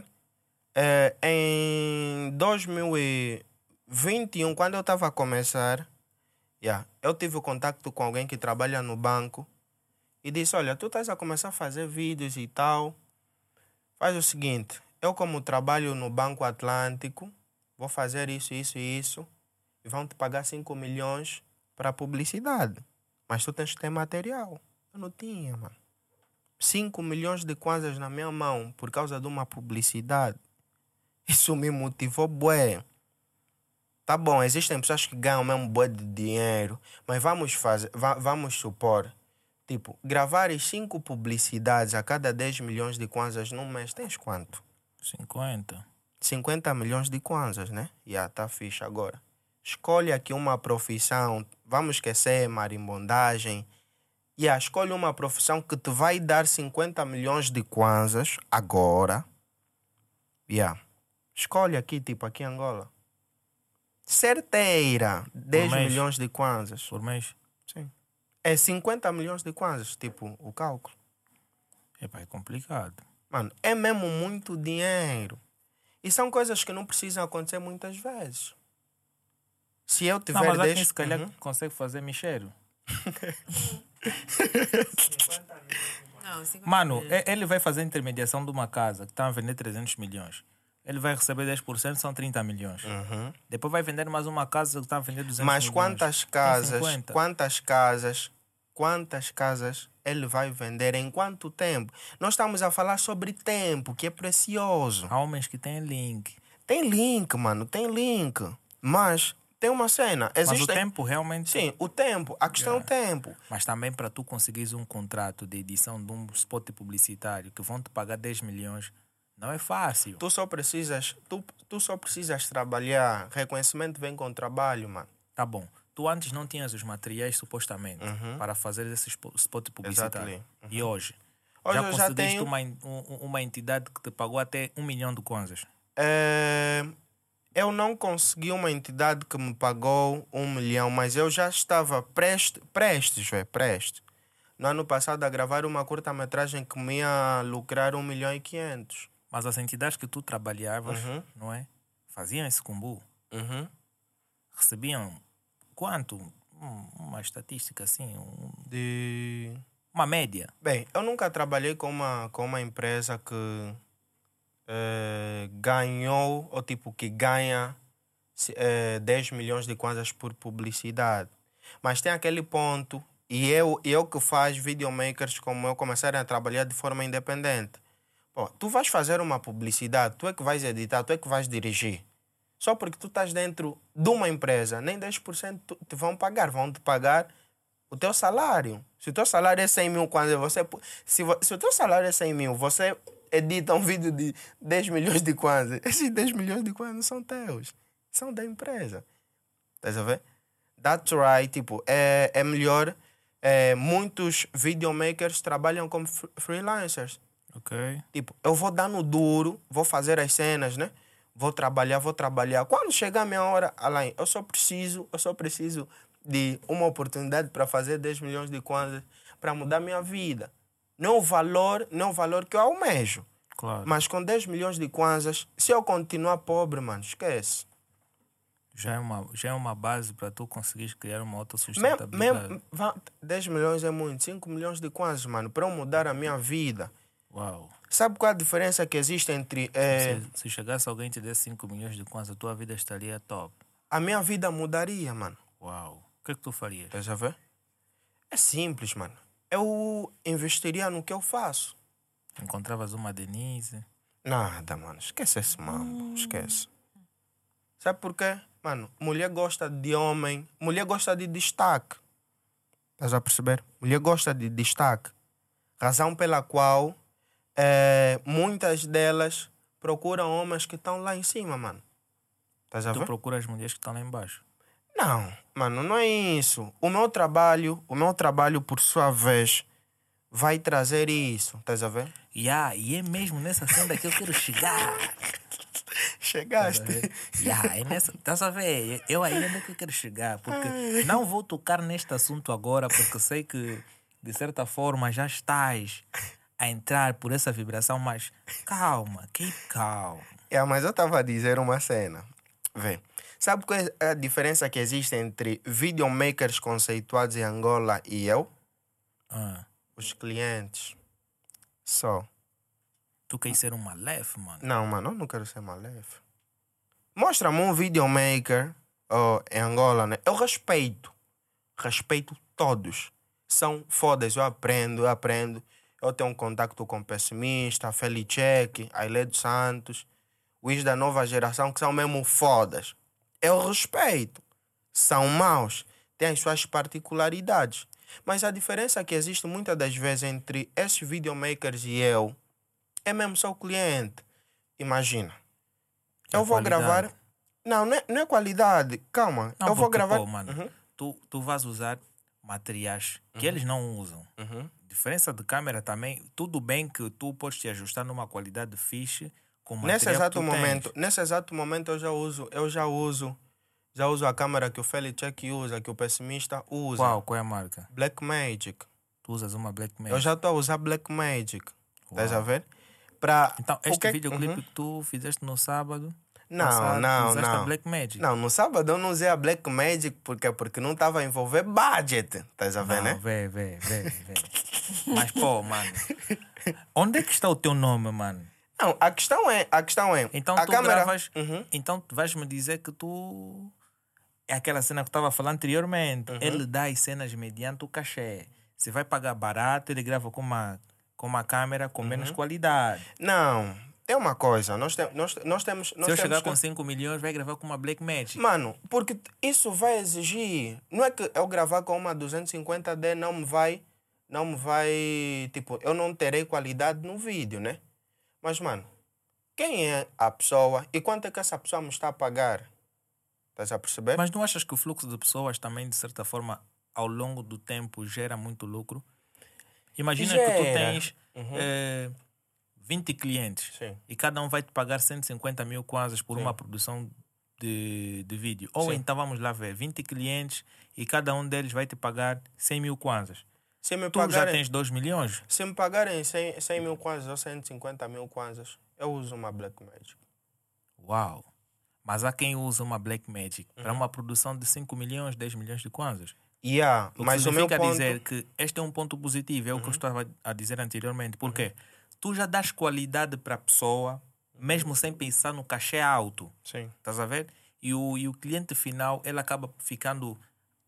Em 2021, quando eu estava a começar, eu tive contato com alguém que trabalha no banco e disse, olha, tu estás a começar a fazer vídeos e tal. Faz o seguinte, eu como trabalho no Banco Atlântico, vou fazer isso, isso e isso, e vão te pagar 5 milhões para publicidade. Mas tu tens que ter material. Eu não tinha, mano. 5 milhões de kwanzas na minha mão por causa de uma publicidade. Isso me motivou, bué. Tá bom, existem pessoas que ganham mesmo bué de dinheiro, mas vamos supor, tipo, gravar 5 publicidades a cada 10 milhões de kwanzas num mês, tens quanto? 50. 50 milhões de kwanzas, né? Tá fixe agora. Escolhe aqui uma profissão, vamos esquecer marimbondagem, Yeah, escolhe uma profissão que te vai dar 50 milhões de kwanzas agora. Yeah. Escolhe aqui, tipo, aqui em Angola. Certeira. 10 mês? milhões de kwanzas. Por mês? Sim. É 50 milhões de kwanzas, tipo, o cálculo. Epá, é complicado. Mano, é mesmo muito dinheiro. E são coisas que não precisam acontecer muitas vezes. Se eu tiver Não, mas há 10... quem se calhar consegue fazer micheiro. Não, 50 Mano, milhões. ele vai fazer a intermediação de uma casa que está a vender 300 milhões. Ele vai receber 10%, são 30 milhões. Depois vai vender mais uma casa que está a vender 200 Mas milhões. quantas São casas, 50. quantas casas ele vai vender em quanto tempo? Nós estamos a falar sobre tempo, que é precioso. Há homens que têm link. Tem link, mano, tem link. Mas tem uma cena. Mas o Existe... tempo realmente... Sim, o tempo. A questão é o tempo. Mas também para tu conseguires um contrato de edição de um spot publicitário que vão te pagar 10 milhões, não é fácil. Tu só precisas trabalhar. Reconhecimento vem com trabalho, mano. Tá bom. Tu antes não tinhas os materiais, supostamente, para fazer esse spot publicitário. Exactly. E hoje? Hoje Já eu já conseguiste tenho... uma entidade que te pagou até 1 milhão de kwanzas? Eu não consegui uma entidade que me pagou 1 milhão, mas eu já estava prestes. No ano passado a gravar uma curta-metragem que me ia lucrar 1 milhão e 500. Mas as entidades que tu trabalhavas, não é? Faziam esse combo. Recebiam quanto? Uma estatística assim, uma média. Bem, eu nunca trabalhei com uma empresa que ganhou, ou tipo, que ganha 10 milhões de kwanzas por publicidade. Mas tem aquele ponto, e eu que faz videomakers como eu começarem a trabalhar de forma independente. Pô, tu vais fazer uma publicidade, tu é que vais editar, tu é que vais dirigir. Só porque tu estás dentro de uma empresa, nem 10% te vão pagar, vão te pagar o teu salário. Se o teu salário é 100 mil, se o teu salário é 100 mil, você edita um vídeo de 10 milhões de kwanzas. Esses 10 milhões de kwanzas são teus, são da empresa. Estás a ver? That's right. Tipo, é melhor. Muitos videomakers trabalham como freelancers. Ok. Tipo, eu vou dar no duro, vou fazer as cenas, né? Vou trabalhar. Quando chegar a minha hora, Alain, eu só preciso de uma oportunidade para fazer 10 milhões de kwanzas para mudar minha vida. Não é o valor que eu almejo. Claro. Mas com 10 milhões de kwanzas, se eu continuar pobre, mano, esquece. Já é uma base para tu conseguires criar uma autossustentabilidade. 10 milhões é muito. 5 milhões de kwanzas, mano, para eu mudar a minha vida. Uau. Sabe qual a diferença que existe entre... Se chegasse alguém e te desse 5 milhões de kwanzas, a tua vida estaria top. A minha vida mudaria, mano. Uau. O que é que tu farias? Estás a ver? É simples, mano. Eu investiria no que eu faço. Encontravas uma Denise? Nada, mano. Esquece esse mambo. Esquece. Sabe por quê? Mano, mulher gosta de homem. Mulher gosta de destaque. Estás a perceber? Mulher gosta de destaque. Razão pela qual muitas delas procuram homens que estão lá em cima, mano. Estás a ver? Tu procuras mulheres que estão lá embaixo. Não, mano, não é isso. O meu trabalho, por sua vez, vai trazer isso. Estás a ver? E é mesmo nessa senda que eu quero chegar. Chegaste. É nessa. Estás a ver? Eu aí é que eu quero chegar. Porque não vou tocar neste assunto agora, porque sei que, de certa forma, já estás a entrar por essa vibração, mas calma, keep calm. Mas eu estava a dizer uma cena. Vê. Sabe qual é a diferença que existe entre videomakers conceituados em Angola e eu? Os clientes. Só. Tu queres ser um malef, mano? Não, mano, eu não quero ser malef. Mostra-me um videomaker em Angola, né? Eu respeito. Respeito todos. São fodas, eu aprendo. Eu tenho um contato com Pessimista, Felicek, Ailé dos Santos, os da nova geração que são mesmo fodas. Eu respeito. São maus. Têm as suas particularidades. Mas a diferença que existe muitas das vezes entre esses videomakers e eu é mesmo só o cliente. Imagina. Eu vou gravar... Não é qualidade. Calma. Não, eu vou gravar... Pô, mano, tu vais usar materiais que eles não usam. Diferença de câmera também, tudo bem que tu podes te ajustar numa qualidade fixe com o material que tu tens. Nesse exato momento eu já uso a câmera que o Felicek usa, que o pessimista usa. Qual é a marca? Blackmagic. Tu usas uma Blackmagic? Eu já estou a usar Blackmagic. Estás a ver? Então, este videoclipe que tu fizeste no sábado... Não. Usaste a Blackmagic? Não, no sábado eu não usei a Blackmagic porque não estava a envolver budget. Estás a ver, né? Vê. Mas, pô, mano, onde é que está o teu nome, mano? Não, a questão é... Então a tu câmera... gravas... Então tu vais-me dizer que tu... É aquela cena que eu estava falando anteriormente. Ele dá as cenas mediante o cachê. Você vai pagar barato, ele grava com uma câmera com menos qualidade. Não, tem uma coisa. Nós temos... Se eu chegar com 5 milhões, vai gravar com uma Blackmagic. Mano, porque isso vai exigir... Não é que eu gravar com uma 250D não me vai... Tipo, eu não terei qualidade no vídeo, né? Mas, mano, quem é a pessoa e quanto é que essa pessoa me está a pagar? Estás a perceber? Mas não achas que o fluxo de pessoas também, de certa forma, ao longo do tempo, gera muito lucro? Imagina que tu tens 20 clientes. Sim. E cada um vai te pagar 150 mil kwanzas por uma produção de vídeo. Ou então, vamos lá ver, 20 clientes e cada um deles vai te pagar 100 mil kwanzas. Tu já tens 2 milhões? Se me pagarem 100 mil kwanzas ou 150 mil kwanzas, eu uso uma Blackmagic. Uau! Mas há quem usa uma Blackmagic para uma produção de 5 milhões, 10 milhões de kwanzas. Mas o meu ponto... dizer que este é um ponto positivo, é o que eu estava a dizer anteriormente. Porque tu já dás qualidade para a pessoa, mesmo sem pensar no cachê alto. Sim. Estás a ver? E o cliente final, ele acaba ficando,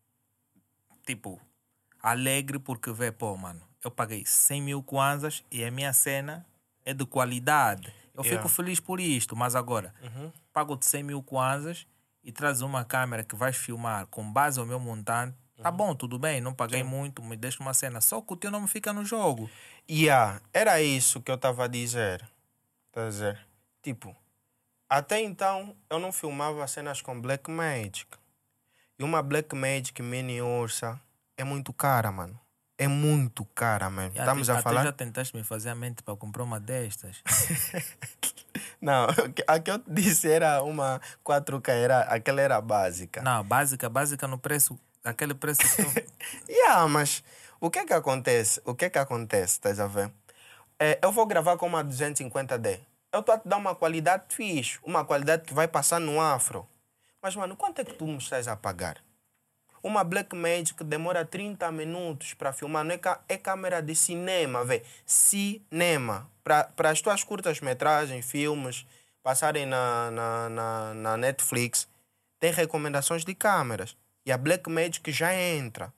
tipo, alegre porque vê, pô, mano, eu paguei 100 mil kwanzas e a minha cena é de qualidade. Eu fico feliz por isto, mas agora, pago-te 100 mil kwanzas e traz uma câmera que vais filmar com base ao meu montante. Tá bom, tudo bem, não paguei muito, me deixa uma cena. Só que o teu nome fica no jogo. Era isso que eu estava a dizer. Tá a dizer? Tipo, até então eu não filmava cenas com Blackmagic. E uma Blackmagic Mini Ursa é muito cara, mano. É muito cara, mano. Estamos a falar... Tu já tentaste me fazer a mente para comprar uma destas? Não, a que eu disse era uma 4K, aquela era básica. Não, básica no preço, aquele preço que tu... Mas o que é que acontece? Estás a ver? Eu vou gravar com uma 250D. Eu estou a te dar uma qualidade fixe, uma qualidade que vai passar no afro. Mas, mano, quanto é que tu me estás a pagar? Uma Blackmagic demora 30 minutos para filmar. Não é câmera de cinema, velho. Cinema. Para as tuas curtas-metragens, filmes, passarem na Netflix, tem recomendações de câmeras. E a Blackmagic já entra.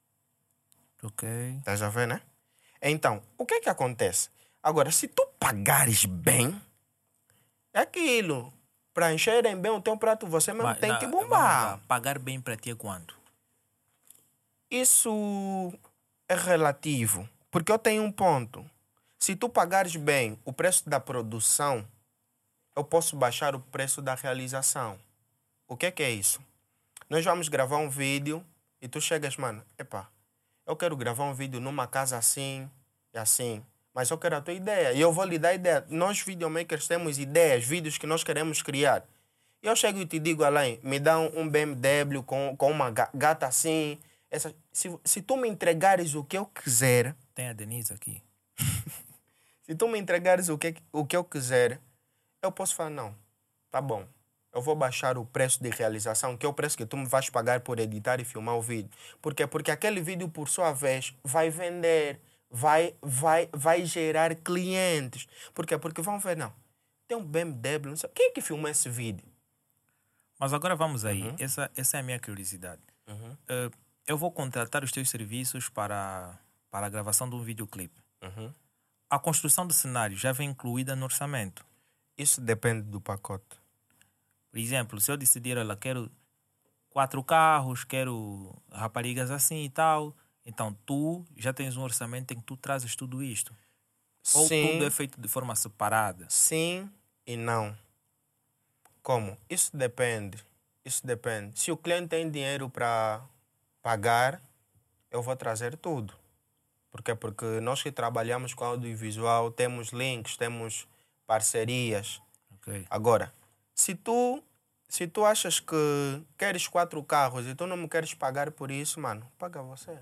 Ok. Estás a ver, né? Então, o que é que acontece? Agora, se tu pagares bem, é aquilo. Para encherem bem o teu prato, você mesmo tem que bombar. Pagar bem para ti é quanto? Isso é relativo. Porque eu tenho um ponto. Se tu pagares bem o preço da produção, eu posso baixar o preço da realização. O que é isso? Nós vamos gravar um vídeo e tu chegas, mano, eu quero gravar um vídeo numa casa assim e assim, mas eu quero a tua ideia e eu vou lhe dar a ideia. Nós, videomakers, temos ideias, vídeos que nós queremos criar. E eu chego e te digo, Alain, me dá um BMW com uma gata assim. Se tu me entregares o que eu quiser... Tem a Denise aqui. Se tu me entregares o que eu quiser, eu posso falar, não, tá bom. Eu vou baixar o preço de realização, que é o preço que tu me vais pagar por editar e filmar o vídeo. Por quê? Porque aquele vídeo, por sua vez, vai vender, vai gerar clientes. Por quê? Porque vão ver, não, tem um BMW, não sei. Quem é que filmou esse vídeo? Mas agora vamos aí. Essa é a minha curiosidade. Eu vou contratar os teus serviços para a gravação de um videoclipe. A construção do cenário já vem incluída no orçamento? Isso depende do pacote. Por exemplo, se eu decidir, olha, quero 4 carros, quero raparigas assim e tal, então tu já tens um orçamento em que tu trazes tudo isto? Ou Sim, tudo é feito de forma separada? Sim e não. Como? Isso depende. Se o cliente tem dinheiro para pagar, eu vou trazer tudo. Por quê? Porque nós que trabalhamos com audiovisual temos links, temos parcerias. Ok. Agora, se tu achas que queres 4 carros e tu não me queres pagar por isso, mano, paga você.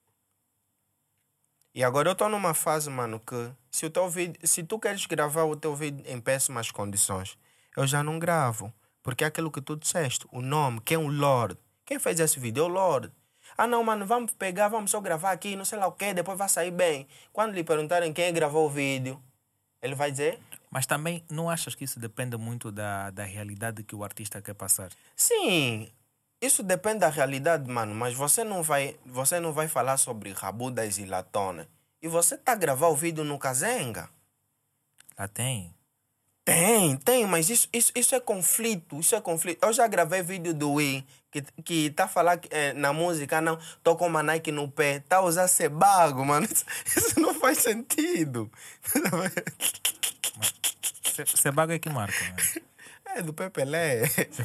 E agora eu estou numa fase, mano, que se tu queres gravar o teu vídeo em péssimas condições, eu já não gravo. Porque é aquilo que tu disseste, o nome, quem é o Lorde. Quem fez esse vídeo é o Lorde. Ah não, mano, vamos pegar, vamos só gravar aqui, não sei lá o quê, depois vai sair bem. Quando lhe perguntarem quem gravou o vídeo, ele vai dizer... Mas também não achas que isso depende muito da realidade que o artista quer passar? Sim, isso depende da realidade, mano, mas você não vai falar sobre rabudas e latona. E você tá a gravar o vídeo no Kazenga? Lá tem. Tem, mas isso é conflito, isso é conflito. Eu já gravei vídeo do Wii que tá a falar na música, não, tô com uma Nike no pé, tá a usar Sebago, mano. Isso não faz sentido. Sebago é que marca, mano. É do Pepelé.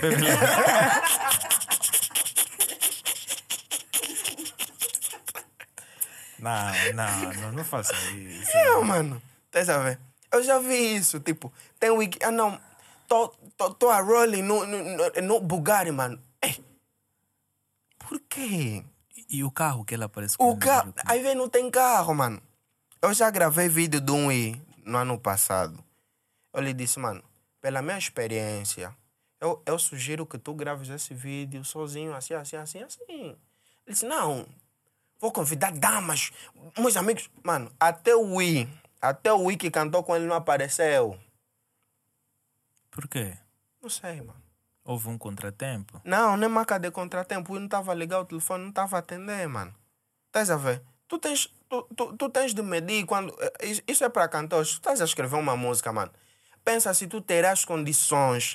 Não faça isso. Não, mano. Tá a ver? Eu já vi isso, tipo, tem wiki. Ah, não. Tô a rolling no Bugatti, mano. Ei, por quê? E o carro que ela aparece com O carro. Aí vem, não tem carro, mano. Eu já gravei vídeo de um I no ano passado. Eu lhe disse, mano, pela minha experiência, eu sugiro que tu graves esse vídeo sozinho, assim. Ele disse, não, vou convidar damas, meus amigos. Mano, até o Wii que cantou com ele não apareceu. Por quê? Não sei, mano. Houve um contratempo? Não, nem marca de contratempo. O Wii não estava ligado, o telefone não estava a atender, mano. Estás a ver? Tu tens de medir quando... Isso é para cantores. Tu estás a escrever uma música, mano. Pensa se tu terás condições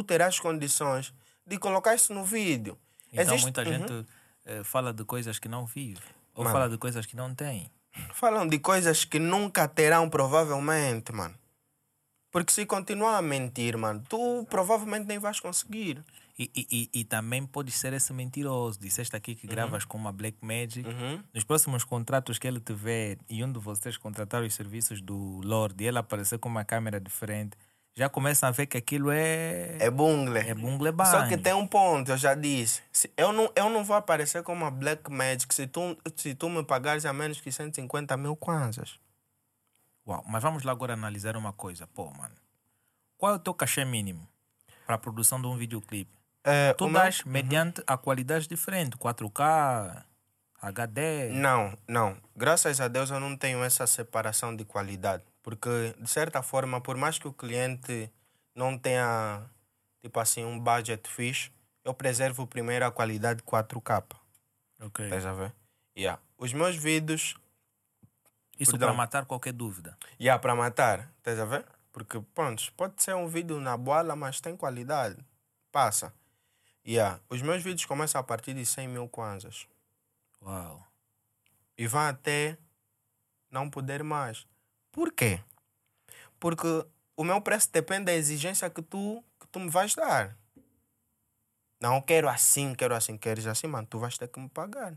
de colocar isso no vídeo. Então muita gente fala de coisas que não vive. Ou Mano, fala de coisas que não tem. falam de coisas que nunca terão, provavelmente, mano. Porque se continuar a mentir, mano, tu provavelmente nem vais conseguir. E também podes ser esse mentiroso. Disseste aqui que gravas com uma Black Magic. Nos próximos contratos que ele tiver e um de vocês contratar os serviços do Lorde e ele aparecer com uma câmera diferente, já começam a ver que aquilo é... É bungle. É bungle bang. Só que tem um ponto, eu já disse. Eu não vou aparecer com uma Black Magic se tu me pagares a menos que 150 mil kwanzas. Uau, mas vamos lá agora analisar uma coisa. Pô, mano, qual é o teu cachê mínimo para a produção de um videoclipe? Tu dás mediante a qualidade diferente, 4K, HD. Não. Graças a Deus eu não tenho essa separação de qualidade. Porque, de certa forma, por mais que o cliente não tenha, tipo assim, um budget fixe, eu preservo primeiro a qualidade 4K. Ok. Estás a ver? Yeah. Os meus vídeos... Isso para matar qualquer dúvida. Para matar. Estás a ver? Porque, pronto, pode ser um vídeo na bola, mas tem qualidade. Passa. Os meus vídeos começam a partir de 100 mil kwanzas. Uau. E vão até não poder mais. Por quê? Porque o meu preço depende da exigência que tu me vais dar. Não, quero assim. Queres assim, mano, tu vais ter que me pagar.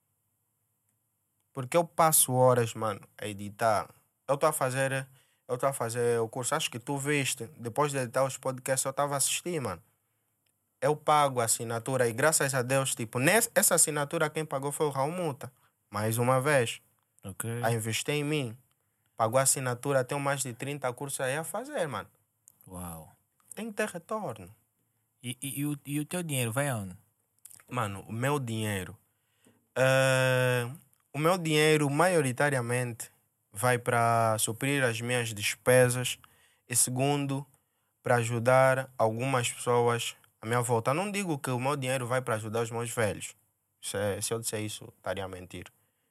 Porque eu passo horas, mano, a editar. Eu estou a fazer o curso. Acho que tu viste. Depois de editar os podcasts, eu estava a assistir, mano. Eu pago a assinatura e graças a Deus, tipo, essa assinatura quem pagou foi o Raul Muta. Mais uma vez. Ok. A investir em mim. Pagou a assinatura, tenho mais de 30 cursos aí a fazer, mano. Uau. Tem que ter retorno. E o teu dinheiro vai aonde? Mano, o meu dinheiro... o meu dinheiro, maioritariamente, vai para suprir as minhas despesas. E segundo, para ajudar algumas pessoas à minha volta. Eu não digo que o meu dinheiro vai para ajudar os meus velhos. Se eu disser isso, estaria a mentir.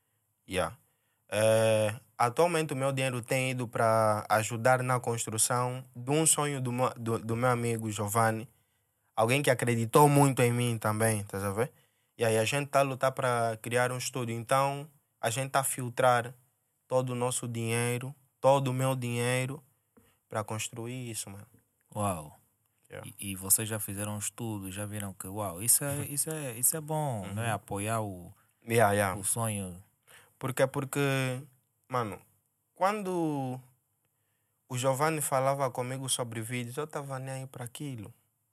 Atualmente o meu dinheiro tem ido para ajudar na construção de um sonho do meu amigo Giovanni. Alguém que acreditou muito em mim também, estás a ver? E aí a gente está a lutar para criar um estúdio. Então a gente está a filtrar todo o nosso dinheiro, todo o meu dinheiro para construir isso, mano. Uau. E vocês já fizeram um estudo, já viram que, uau, isso é bom, não é? Apoiar o Yeah, yeah. O sonho. Porque, mano, quando o Giovanni falava comigo sobre vídeos, eu estava nem aí para aquilo.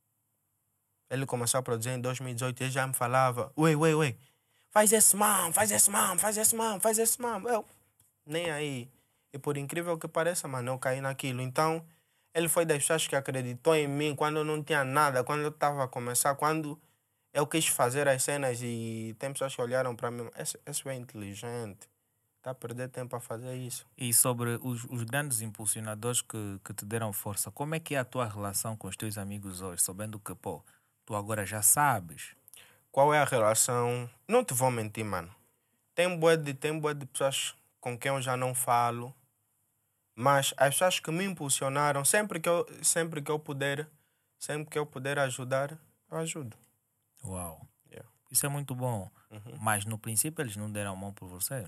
Ele começou a produzir em 2018 e ele já me falava, ué, faz esse mano, faz esse mano, faz esse mano, faz esse mano. Eu, nem aí. E por incrível que pareça, mano, eu caí naquilo. Então, ele foi das pessoas que acreditou em mim quando eu não tinha nada, quando eu estava a começar, quando eu quis fazer as cenas e tem pessoas que olharam para mim, esse é inteligente, está a perder tempo a fazer isso. E sobre os grandes impulsionadores que te deram força, como é que é a tua relação com os teus amigos hoje, sabendo que, pô, tu agora já sabes? Qual é a relação? Não te vou mentir, mano. Tem bué de pessoas com quem eu já não falo, mas as pessoas que me impulsionaram, sempre que eu puder ajudar, eu ajudo. Uau. Yeah. Isso é muito bom. Mas no princípio eles não deram a mão por você.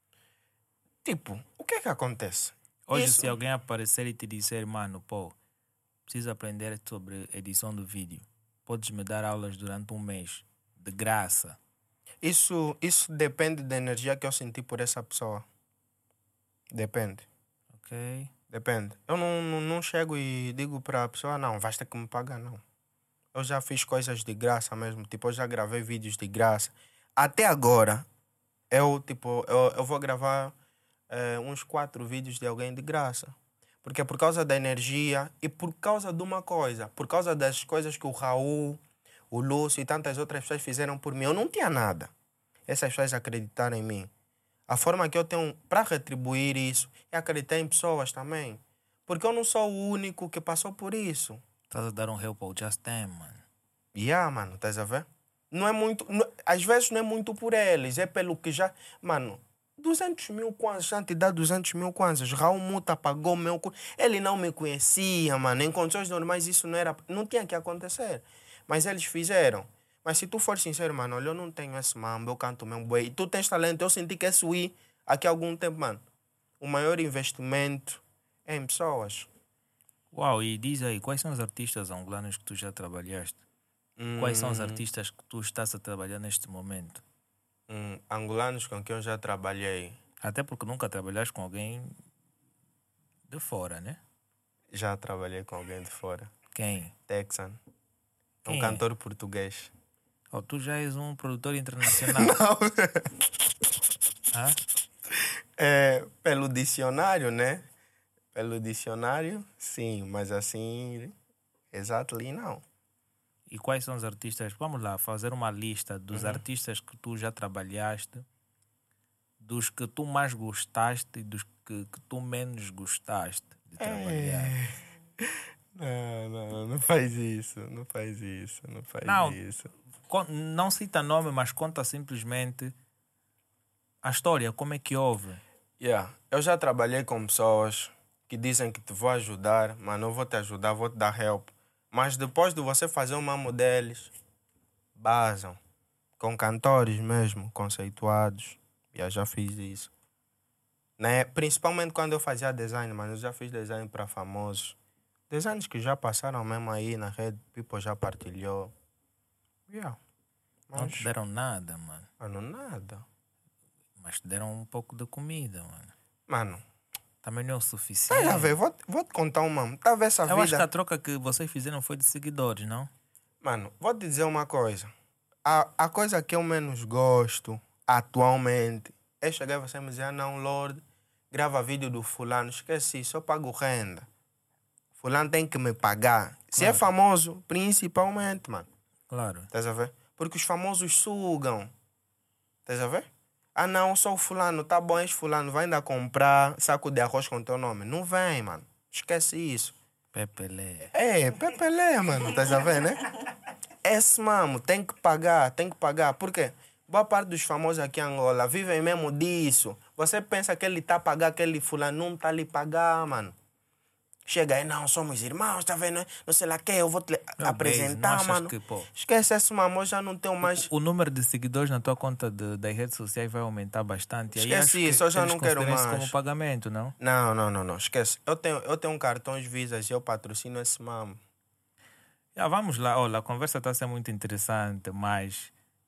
Tipo, o que é que acontece? Hoje, Isso- se alguém aparecer e te disser, mano, pô, preciso aprender sobre edição do vídeo, podes me dar aulas durante um mês, de graça. Isso depende da energia que eu senti por essa pessoa. Depende. Ok? Depende. Eu não chego e digo para a pessoa, não, vais ter que me pagar, não. Eu já fiz coisas de graça mesmo. Tipo, eu já gravei vídeos de graça. Até agora, eu vou gravar uns 4 vídeos de alguém de graça. Porque é por causa da energia e por causa de uma coisa. Por causa das coisas que o Raul, o Lúcio e tantas outras pessoas fizeram por mim. Eu não tinha nada. Essas pessoas acreditaram em mim. A forma que eu tenho para retribuir isso é acreditar em pessoas também. Porque eu não sou o único que passou por isso. Estás a dar um help ao Just Them, mano. Mano, estás a ver? Não é muito... às vezes não é muito por eles, é pelo que já... Mano, 200 mil kwanzas, já te dá 200 mil kwanzas. Raul Muta pagou meu... Ele não me conhecia, mano. Em condições normais isso não tinha que acontecer. Mas eles fizeram. Mas se tu for sincero, mano, olha, eu não tenho esse mambo, eu canto mesmo bué. E tu tens talento, eu senti que esse Wii, aqui há algum tempo, mano. O maior investimento é em pessoas. Uau, e diz aí, quais são os artistas angolanos que tu já trabalhaste? Quais são os artistas que tu estás a trabalhar neste momento? Angolanos com quem eu já trabalhei. Até porque nunca trabalhaste com alguém de fora, né? Já trabalhei com alguém de fora. Quem? Texan. Quem Um é? cantor português. Oh, tu já és um produtor internacional. Hã? É, pelo dicionário, né? Pelo dicionário, sim. Mas assim, exatamente não. E quais são os artistas? Vamos lá, fazer uma lista dos artistas que tu já trabalhaste, dos que tu mais gostaste e dos que tu menos gostaste de trabalhar. Não faz isso. Não faz Não. isso. Não cita nome, mas conta simplesmente a história, como é que houve. Eu já trabalhei com pessoas que dizem que te vou ajudar, mas não vou te ajudar, vou te dar help. Mas depois de você fazer um mamo deles, basam. Com cantores mesmo, conceituados. Já fiz isso. Né? Principalmente quando eu fazia design, mas eu já fiz design para famosos. Designs que já passaram mesmo aí na rede, people já partilhou. Não te deram nada, mano. Mano, nada. Mas te deram um pouco de comida, mano. Mano, Também não é o suficiente. tá a ver, vou te contar uma. Tá a ver essa Eu vida? acho que a troca que vocês fizeram foi de seguidores, não? Mano, vou te dizer uma coisa. A coisa que eu menos gosto atualmente é chegar e você me dizer, não, Lord, grava vídeo do fulano. Esquece isso, eu pago renda. Fulano tem que me pagar. Se é famoso, principalmente, mano. Claro. Estás a ver? Porque os famosos sugam. Estás a ver? Ah, não, sou o fulano, tá bom, és fulano, vai ainda comprar saco de arroz com teu nome. Não vem, mano. Esquece isso. Pepelé. Pepelé, mano, estás a ver, né? Esse mamo tem que pagar. Por quê? Boa parte dos famosos aqui em Angola vivem mesmo disso. Você pensa que ele tá a pagar aquele fulano, não tá lhe pagar, mano. Chega aí, não, somos irmãos, tá vendo? Não sei lá o que, eu vou te apresentar, não mano. que, pô, Esquece esse mamo, já não tenho mais... o número de seguidores na tua conta das redes sociais vai aumentar bastante. E aí Esquece acho que isso, eu já eles não quero consideram isso mais. como pagamento, não? Não, esquece. Eu tenho cartões Visas e eu patrocino esse mamo. Vamos lá, olha, a conversa está a ser muito interessante, mas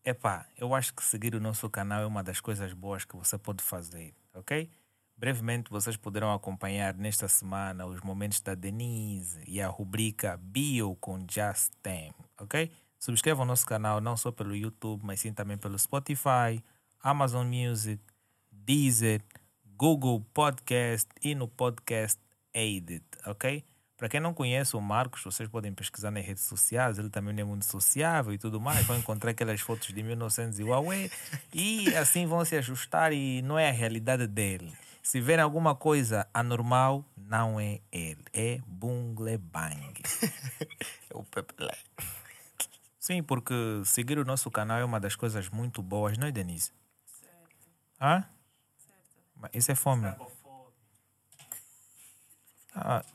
Epá, eu acho que seguir o nosso canal é uma das coisas boas que você pode fazer, ok? Brevemente vocês poderão acompanhar nesta semana os momentos da Denise e a rubrica Bio com Justin, ok? Subscrevam o nosso canal não só pelo YouTube, mas sim também pelo Spotify, Amazon Music, Deezer, Google Podcast e no Podcast Edit, ok? Para quem não conhece o Marcos, vocês podem pesquisar nas redes sociais, ele também é muito sociável e tudo mais, vão encontrar aquelas fotos de 1900 e Huawei e assim vão se ajustar e não é a realidade dele. Se verem alguma coisa anormal, não é ele, é Bungle Bang. É o Pepe. Sim, porque seguir o nosso canal é uma das coisas muito boas, não é, Denise? Certo. Hã? Certo. Isso é fome. Ah,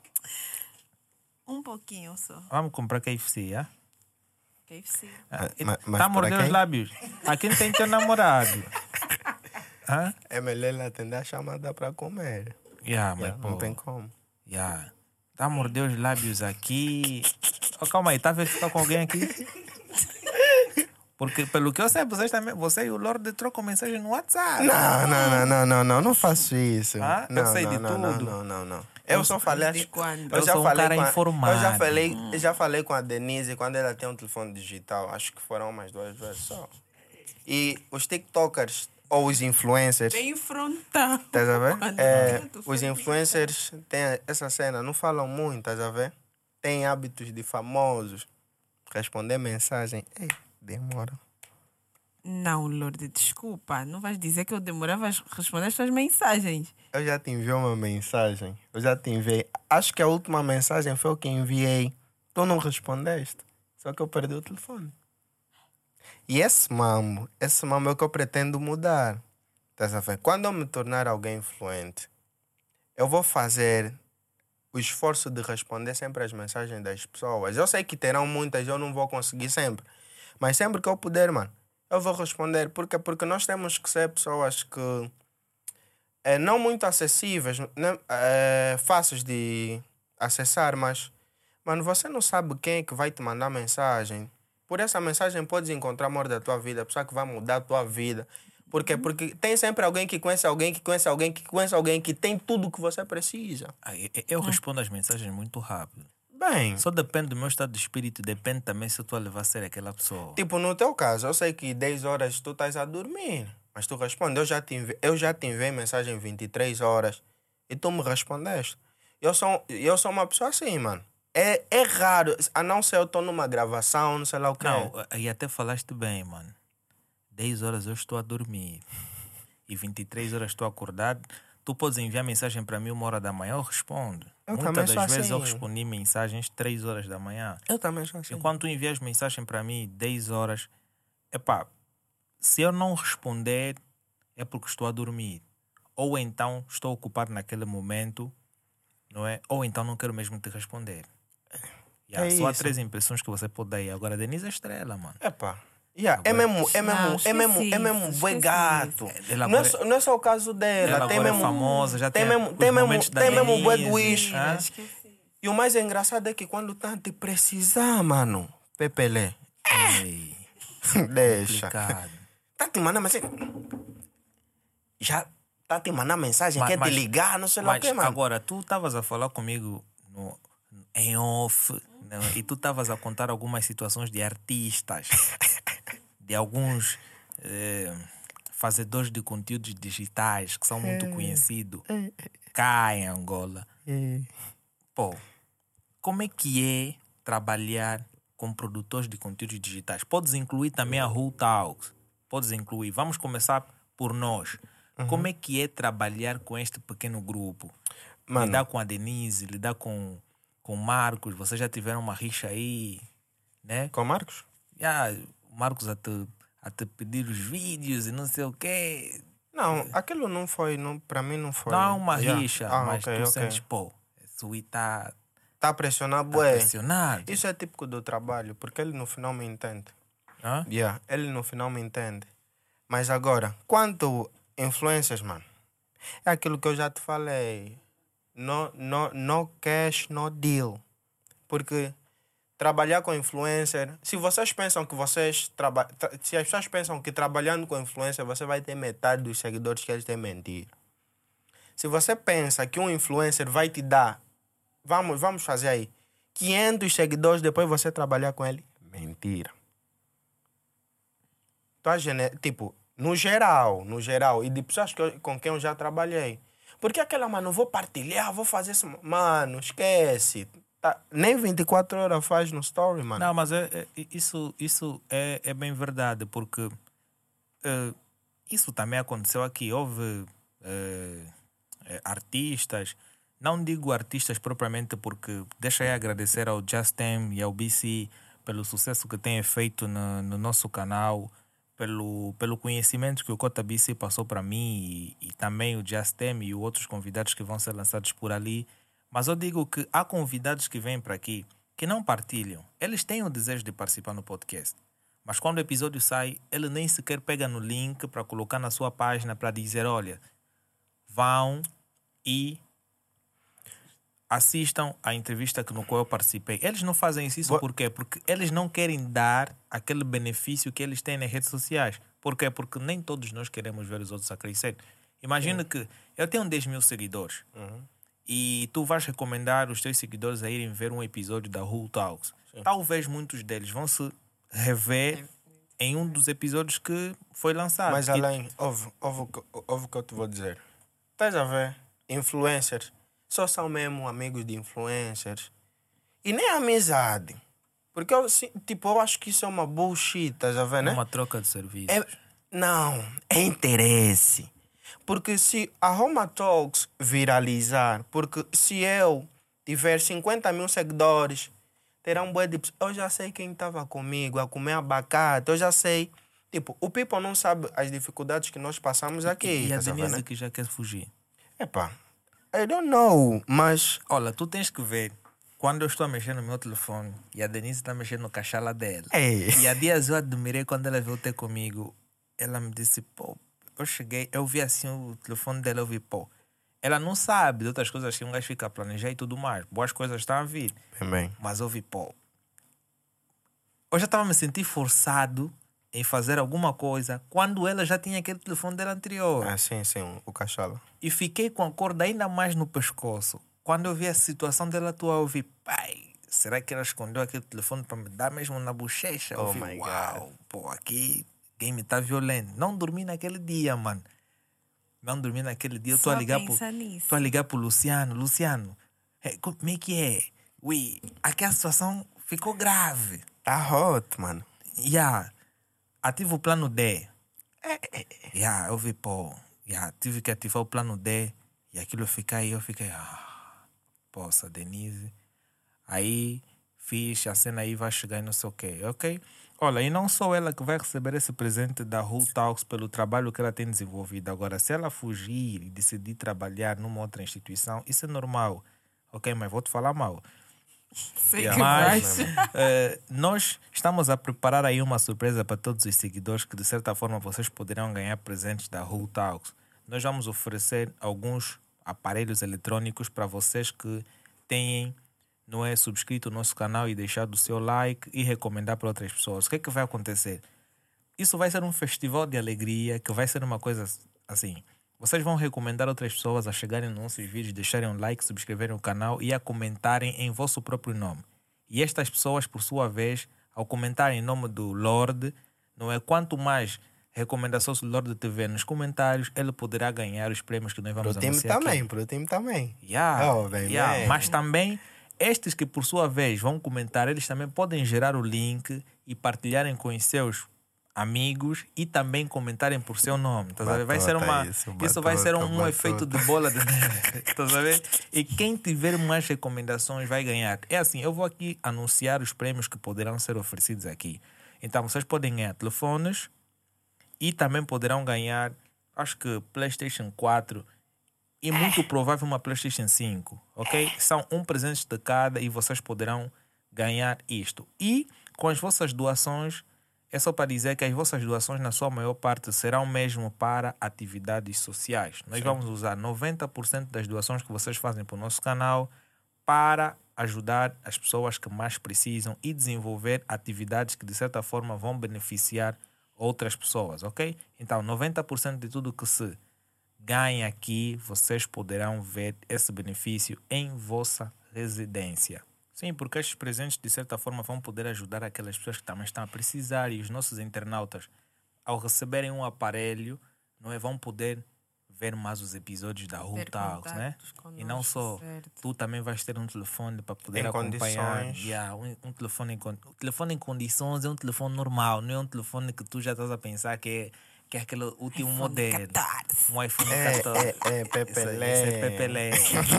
Um pouquinho só. vamos comprar KFC, ah? KFC. Tá mordendo os lábios. Aqui não tem teu namorado. Hã? É melhor ele atender a chamada para comer. Mas, Não tem como. Tá mordendo os lábios aqui. Oh, calma aí, tá a verificar com alguém aqui? Porque pelo que eu sei, você e o Lorde trocam mensagem no WhatsApp. Não faço isso. Eu sei de tudo. Não. Eu só falei. De quando? Eu sou um cara informado. Eu já falei com a Denise quando ela tem um telefone digital. Acho que foram umas 2 vezes só. E os TikTokers ou os influencers. Bem frontal. Estás a ver? Os influencers têm essa cena, não falam muito, estás a ver? Têm hábitos de famosos. Responder mensagem. Demora. Não, Lourdes, desculpa. Não vais dizer que eu demorava a responder as tuas mensagens. Eu já te enviei uma mensagem. Acho que a última mensagem foi o que enviei. Tu não respondeste. Só que eu perdi o telefone. E esse mambo é o que eu pretendo mudar. Estás a ver? Quando eu me tornar alguém influente, eu vou fazer o esforço de responder sempre as mensagens das pessoas. Eu sei que terão muitas, eu não vou conseguir sempre. Mas sempre que eu puder, mano, eu vou responder. Por quê? Porque nós temos que ser pessoas que não muito acessíveis, fáceis de acessar, mas, mano, você não sabe quem é que vai te mandar mensagem. Por essa mensagem podes encontrar o amor da tua vida, a pessoa que vai mudar a tua vida. Por quê? Porque tem sempre alguém que conhece alguém, que conhece alguém, que conhece alguém, que tem tudo o que você precisa. Eu respondo as mensagens muito rápido. Bem, Só depende do meu estado de espírito, depende também se eu estou a levar a sério aquela pessoa. tipo, no teu caso, eu sei que 10 horas tu estás a dormir, mas tu respondes. Eu já te enviei mensagem 23 horas e tu me respondeste. Eu sou uma pessoa assim, mano. É raro, a não ser eu estou numa gravação, não sei lá o que. Não, aí até falaste bem, mano. 10 horas eu estou a dormir e 23 horas estou acordado. Tu podes enviar mensagem para mim 1h da manhã, eu respondo. Eu Muitas também sou das vezes eu assim. respondi mensagens 3 horas da manhã. Eu também sou assim. Enquanto tu envias mensagem para mim 10 horas, se eu não responder é porque estou a dormir. Ou então estou ocupado naquele momento, não é? Ou então não quero mesmo te responder. Só há isso. 3 impressões que você pode dar aí. Agora, Denise é estrela, mano. É mesmo bué esquece gato. Ela Não agora- é só o caso dela. Ela Tem agora é mesmo, famosa, já tem tem mesmo, os tem mesmo, momentos da tem mesmo bué Denise, do ish. hã? E o mais engraçado é que quando tá te precisar, mano, Pepele, Ei, deixa. complicado. Tá te mandando mensagem. Já tá te mandando mensagem, quer te ligar, não sei lá o Mas que, mano. agora, tu estavas a falar comigo em off, não é? E tu estavas a contar algumas situações de artistas, de alguns fazedores de conteúdos digitais que são muito conhecidos cá em Angola. Pô, como é que é trabalhar com produtores de conteúdos digitais? Podes incluir também a Who Talks. Podes incluir. Vamos começar por nós. Como é que é trabalhar com este pequeno grupo? Mano. Lidar com a Denise, lidar com o Marcos. Vocês já tiveram uma rixa aí, né? Com o Marcos? O Marcos a te pedir os vídeos e não sei o quê. Não, aquilo não foi, para mim não foi. Não há uma rixa, mas ok. tu sentes, pô, esse Sui tá Tá pressionado, bué. pressionado. Isso é típico do trabalho, porque ele no final me entende. Hã? Ele no final me entende. Mas agora, quanto influências, mano, é aquilo que eu já te falei. No cash, no deal. Porque trabalhar com influencer, se vocês pensam que se as pessoas pensam que trabalhando com influencer você vai ter metade dos seguidores que eles têm, mentira. Se você pensa que um influencer vai te dar, vamos fazer aí, 500 seguidores depois você trabalhar com ele, mentira. Tipo, no geral, e de pessoas com quem eu já trabalhei. Porque aquela, mano, vou partilhar, vou fazer isso. Mano, esquece. Tá, nem 24 horas faz no story, mano. Não, mas isso é bem verdade, porque isso também aconteceu aqui. Houve artistas, não digo artistas propriamente, porque deixa aí agradecer ao Justin e ao BC pelo sucesso que têm feito no nosso canal, pelo conhecimento que o Cota BC passou para mim e também o Justin e os outros convidados que vão ser lançados por ali. Mas eu digo que há convidados que vêm para aqui que não partilham. Eles têm o desejo de participar no podcast. Mas quando o episódio sai, ele nem sequer pega no link para colocar na sua página para dizer, olha, vão e assistam a entrevista no qual eu participei. Eles não fazem isso por quê? Porque eles não querem dar aquele benefício que eles têm nas redes sociais. Por quê? Porque nem todos nós queremos ver os outros a crescer. Imagina que eu tenho 10 mil seguidores. E tu vais recomendar os teus seguidores a irem ver um episódio da Who Talks. Sim. Talvez muitos deles vão se rever em um dos episódios que foi lançado. Mas além, ouve o que eu te vou dizer. Estás a ver? Influencers só são mesmo amigos de influencers. E nem amizade. Porque eu acho que isso é uma bullshit, estás a ver, né? É uma troca de serviços. Não, é interesse. Porque se a Roma Talks viralizar, porque se eu tiver 50 mil seguidores, terá um bué de... Eu já sei quem estava comigo a comer abacate, eu já sei. Tipo, o people não sabe as dificuldades que nós passamos aqui. E a tá Denise sabendo, né? que já quer fugir. Epá, I don't know, mas... Olha, tu tens que ver, quando eu estou a mexer no meu telefone e a Denise está mexendo no cachala dela. Ei. E há dias eu admirei quando ela veio ter comigo. Ela me disse, pô, eu cheguei, eu vi assim o telefone dela, eu vi, pô, ela não sabe de outras coisas que um gajo fica a planejar e tudo mais. Boas coisas estão a vir. Bem. Mas eu vi, pô, eu já estava me sentindo forçado em fazer alguma coisa quando ela já tinha aquele telefone dela anterior. Ah, sim, o cachala. E fiquei com a corda ainda mais no pescoço. Quando eu vi a situação dela tua, eu vi, pai, será que ela escondeu aquele telefone para me dar mesmo na bochecha? Eu vi, uau, pô, aqui game tá violento. Não dormi naquele dia, mano. Não dormi naquele dia. Eu tô a ligar pro Luciano. Luciano, como é que é? Ui, aquela situação ficou grave. Tá hot, mano. Ativa o plano D. Eu vi, pô. Tive que ativar o plano D. E aquilo eu fiquei, poça, Denise. Aí fiz a cena aí, vai chegar e não sei o quê, ok? Olha, e não só ela que vai receber esse presente da Who Talks pelo trabalho que ela tem desenvolvido. Agora, se ela fugir e decidir trabalhar numa outra instituição, isso é normal, ok? Mas vou-te falar mal. Mas nós estamos a preparar aí uma surpresa para todos os seguidores que de certa forma vocês poderão ganhar presentes da Who Talks. Nós vamos oferecer alguns aparelhos eletrônicos para vocês que têm, não é, subscrito o nosso canal e deixado o seu like e recomendar para outras pessoas. O que é que vai acontecer? Isso vai ser um festival de alegria, que vai ser uma coisa assim. Vocês vão recomendar outras pessoas a chegarem nos nossos vídeos, deixarem um like, subscreverem o canal e a comentarem em vosso próprio nome. E estas pessoas, por sua vez, ao comentarem em nome do Lorde, não é, quanto mais recomendações do Lorde TV nos comentários, ele poderá ganhar os prêmios que nós vamos anunciar aqui. Pro time também. Mas também, estes que por sua vez vão comentar, eles também podem gerar o link e partilharem com os seus amigos e também comentarem por seu nome. Vai ser isso vai ser um efeito de bola de neve. E quem tiver mais recomendações vai ganhar. É assim, eu vou aqui anunciar os prêmios que poderão ser oferecidos aqui. Então vocês podem ganhar telefones e também poderão ganhar, acho que PlayStation 4 e muito provável uma PlayStation 5, ok? São um presente de cada e vocês poderão ganhar isto. E com as vossas doações, é só para dizer que as vossas doações, na sua maior parte, serão mesmo para atividades sociais. Nós vamos usar 90% das doações que vocês fazem para o nosso canal para ajudar as pessoas que mais precisam e desenvolver atividades que de certa forma vão beneficiar outras pessoas, ok? Então, 90% de tudo que se ganha aqui, vocês poderão ver esse benefício em vossa residência. Sim, porque estes presentes de certa forma vão poder ajudar aquelas pessoas que também estão a precisar, e os nossos internautas, ao receberem um aparelho, não é, vão poder ver mais os episódios da Who Ter Talks, né? contatos E não só, conosco, certo. tu também vais ter um telefone para poder Em acompanhar. condições. Yeah, um telefone o telefone em condições é um telefone normal, não é um telefone que tu já estás a pensar que é aquele último iPhone modelo. 14. Um iPhone É, 14. Pepe Esse Lé. é Pepe Lé.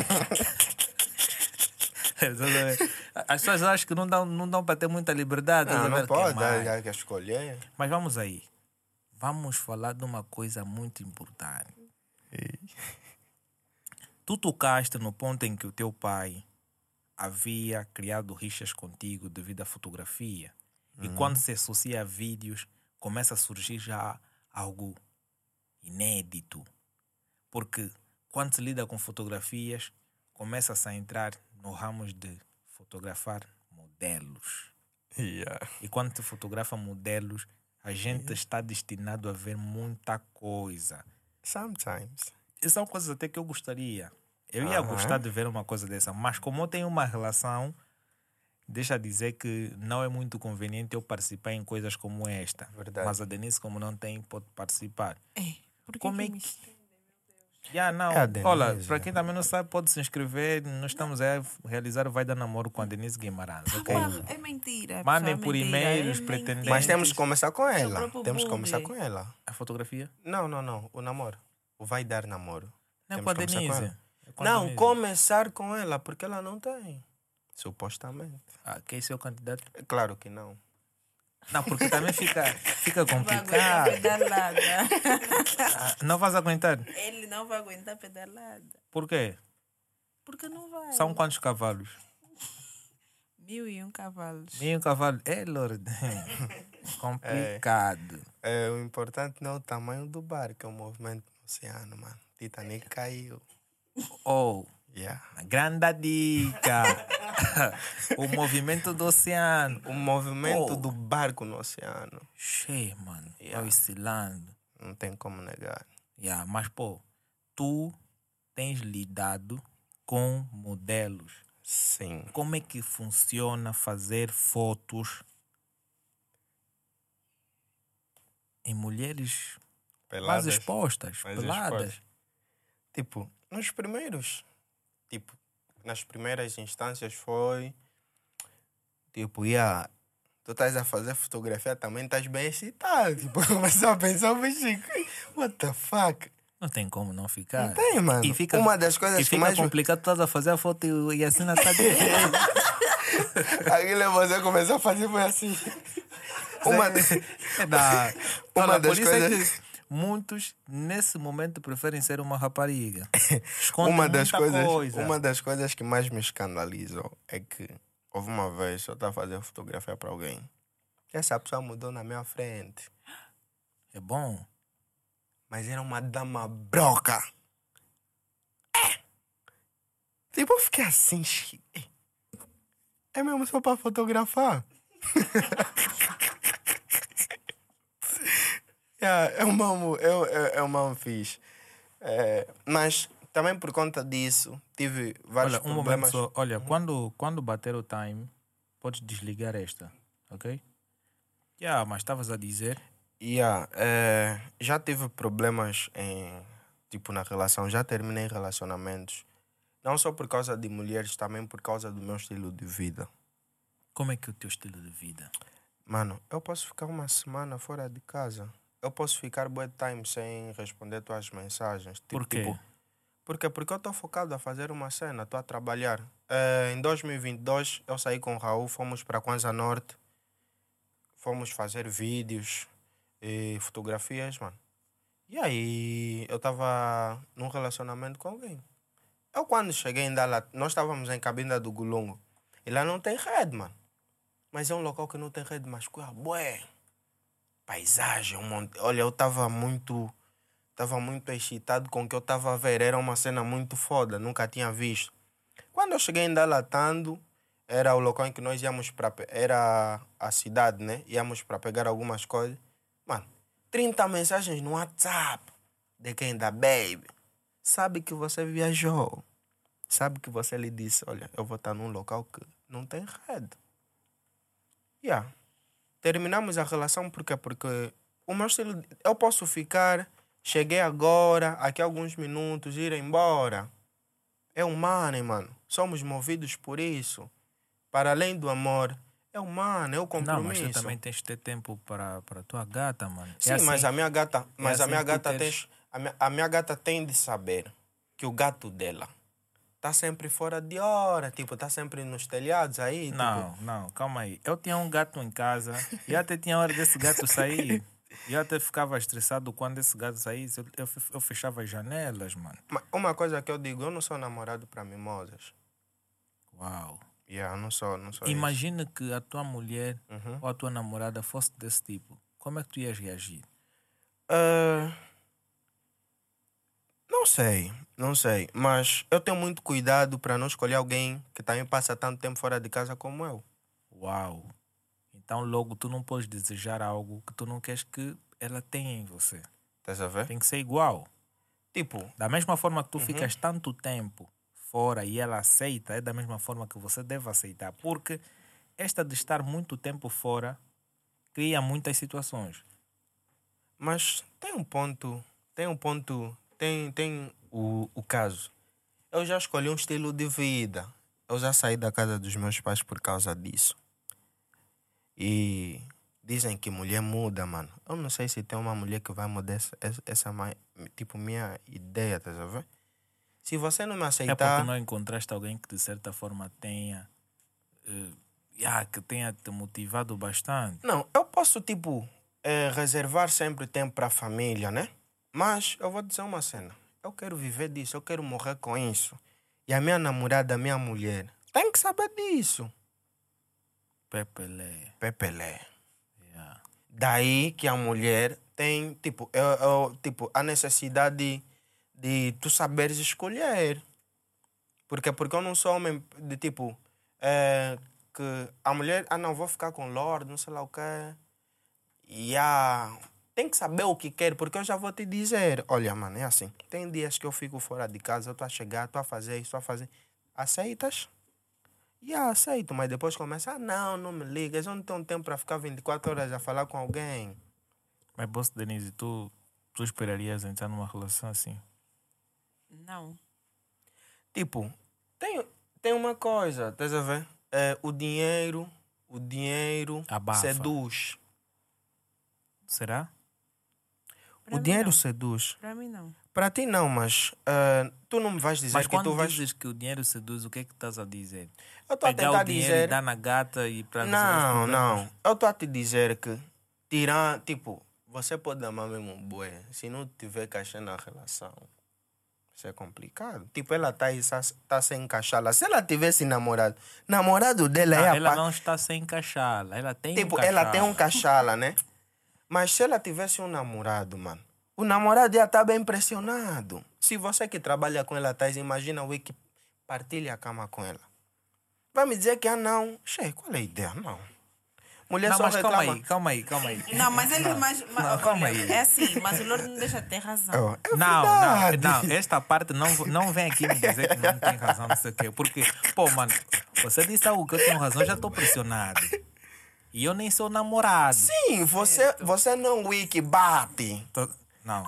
As pessoas acham que não dão para ter muita liberdade. Não, estás a não ver? pode, Que mais? dá que escolher. Mas vamos aí. Vamos falar de uma coisa muito importante. Tu tocaste no ponto em que o teu pai havia criado rixas contigo devido à fotografia. E quando se associa a vídeos, começa a surgir já algo inédito. Porque quando se lida com fotografias, começa-se a entrar no ramo de fotografar modelos. Yeah. E quando se fotografa modelos, a gente está destinado a ver muita coisa. Sometimes. E são coisas até que eu gostaria. Eu ia Aham. gostar de ver uma coisa dessa, mas como eu tenho uma relação, deixa dizer que não é muito conveniente eu participar em coisas como esta. Verdade. Mas a Denise, como não tem, pode participar. Por que Como que é me que- Já não. É a Denise. Olha, para quem também não sabe, pode se inscrever. Nós estamos a realizar o Vai Dar Namoro com a Denise Guimarães, ok? É mentira. Mandem pessoal, por mentira, e-mail é os mentira. pretendentes. Mas temos que começar com Seu ela. próprio Temos que começar bugre. com ela. A fotografia? Não. O namoro. O vai dar namoro. Não é Temos com a que começar Denise. ela. É com a Não, Denise. começar com ela, porque ela não tem. Supostamente. Ah, quem é seu candidato? É claro que não. Não, porque também fica Vai aguentar complicado. pedalada. Ah, não vais aguentar. Ele não vai aguentar pedalada. Por quê? Porque não vai. São quantos cavalos? 1001 cavalos. Meio cavalo. É, Lorde. Complicado. O importante não é o tamanho do barco, é o movimento no oceano, mano. Titanic caiu. Oh, Yeah. grande dica. O movimento do oceano. O movimento Oh. do barco no oceano. Cheio, mano. Yeah. Oscilando. Não tem como negar. Yeah, mas, pô, tu tens lidado com modelos. Sim. Como é que funciona fazer fotos em mulheres mais Peladas. expostas, mais peladas? expostas. Tipo, nas primeiras instâncias foi tipo, tu estás a fazer fotografia, também estás bem excitado. Tipo, começou a pensar, Chico, what the fuck? Não tem como não ficar. Não tem, mano. E fica, Uma das coisas e que fica mais... complicado, tu estás a fazer a foto e a cena está de... Aquilo você começou a fazer foi assim. Uma, Uma Uma das por isso é coisas- que muitos, nesse momento, preferem ser uma rapariga. Escondem uma das muita coisas, coisa. uma das coisas que mais me escandalizou é que houve uma vez eu estava a fazer fotografia para alguém. E essa pessoa mudou na minha frente. É bom. Mas era uma dama broca. Tipo, eu fiquei assim. É mesmo só para fotografar? É um mamo fixe. Mas também por conta disso, tive vários Olha, um momento problemas. só. Olha, quando bater o time, podes desligar esta, ok? Mas estavas a dizer... Já tive problemas na relação, já terminei relacionamentos. Não só por causa de mulheres, também por causa do meu estilo de vida. Como é que é o teu estilo de vida? Mano, eu posso ficar uma semana fora de casa. Eu posso ficar bué time sem responder tuas mensagens. Por quê? Porque eu estou focado a fazer uma cena, estou a trabalhar. Em 2022, eu saí com o Raul, fomos para Kwanza Norte. Fomos fazer vídeos e fotografias, mano. E aí, eu estava num relacionamento com alguém. Eu, quando cheguei ainda lá, nós estávamos em Cabinda do Gulungo. E lá não tem rede, mano. Mas é um local que não tem rede, mas bué. Paisagem, um monte. Olha, eu estava muito excitado com o que eu estava a ver. Era uma cena muito foda, nunca tinha visto. Quando eu cheguei em Dalatando, era o local em que nós íamos para... Era a cidade, né? Íamos para pegar algumas coisas. Mano, 30 mensagens no WhatsApp. De quem? Da Baby. Sabe que você viajou. Sabe que você lhe disse, olha, eu vou estar num local que não tem rede. Yeah. Terminamos a relação porque o meu estilo... Eu posso ficar, cheguei agora, aqui a alguns minutos, ir embora. É humano, mano. Somos movidos por isso. Para além do amor, é humano, é o Não, mas tu compromisso. também tens de ter tempo para a tua gata, mano. Sim, mas a minha gata, tens... a minha gata tem de saber que o gato dela tá sempre fora de hora, tipo, tá sempre nos telhados aí, Não, tipo, não, calma aí. Eu tinha um gato em casa e até tinha hora desse gato sair. E eu até ficava estressado quando esse gato saísse. Eu fechava as janelas, mano. uma coisa que eu digo, eu não sou namorado para mimosas. Uau. Yeah, eu não sou isso. Imagina que a tua mulher Uhum. ou a tua namorada fosse desse tipo. Como é que tu ias reagir? Não sei, mas eu tenho muito cuidado para não escolher alguém que também passa tanto tempo fora de casa como eu. Uau. Então logo tu não podes desejar algo que tu não queres que ela tenha em você. Estás a ver? Tem que ser igual. Tipo, Da mesma forma que tu ficas tanto tempo fora e ela aceita, é da mesma forma que você deve aceitar. Porque esta de estar muito tempo fora cria muitas situações. mas tem o caso. Eu já escolhi um estilo de vida. Eu já saí da casa dos meus pais por causa disso. E dizem que mulher muda, mano. Eu não sei se tem uma mulher que vai mudar tipo, minha ideia, tá a ver? Se você não me É aceitar... porque não encontraste alguém que de certa forma tenha... que tenha te motivado bastante. Não, eu posso, tipo, reservar sempre tempo para a família, né? Mas eu vou dizer uma cena. Eu quero viver disso, eu quero morrer com isso. E a minha namorada, a minha mulher, tem que saber disso. Pepele. Pepelé. Yeah. Daí que a mulher tem, tipo, tipo a necessidade de tu saberes escolher. Porque eu não sou homem de tipo... que a mulher... Ah, não, vou ficar com o Lorde, não sei lá o quê. Tem que saber o que quer, porque eu já vou te dizer. Olha, mano, é assim. Tem dias que eu fico fora de casa, eu estou a chegar, estou a fazer isso, estou a fazer... Aceitas? Aceito, mas depois começa... não me ligas, eu não tenho tempo para ficar 24 horas a falar com alguém. Mas, Boss Denise, tu esperarias entrar numa relação assim? Não. Tipo, tem uma coisa, estás a ver? O dinheiro Abafa. seduz. Será? Pra O mim dinheiro não. seduz. Pra mim não. Para ti não, mas tu não me vais dizer Mas que tu quando vais... dizes que o dinheiro seduz, o que é que estás a dizer? Eu estou a Pegar tentar o dinheiro dizer... e dar na gata e para resolver os problemas? Não. Eu estou a te dizer que tirar... Tipo, você pode amar mesmo um bué. Se não tiver caixa na relação, isso é complicado. Tipo, ela está aí, tá sem encaixá-la. Se ela tivesse namorado dela Não, é ela não está sem encaixá-la. Ela tem Tipo, um ela tem um cachá-la. cachala, né? Mas se ela tivesse um namorado, mano, o namorado ia estar bem impressionado. Se você que trabalha com ela, Thais, imagina o que partilha a cama com ela. Vai me dizer que, não. Che, qual é a ideia? Não. Mulher Não, só mas reclama. calma aí. Não, mas ele mais. Não, calma olha, aí. é assim, mas o Lorde não deixa de ter razão. É Não, verdade. esta parte não vem aqui me dizer que não tem razão, não sei o quê. Porque, pô, mano, você disse algo que eu tenho razão, eu já estou pressionado. E eu nem sou namorado. Sim, você não wiki bate. Não.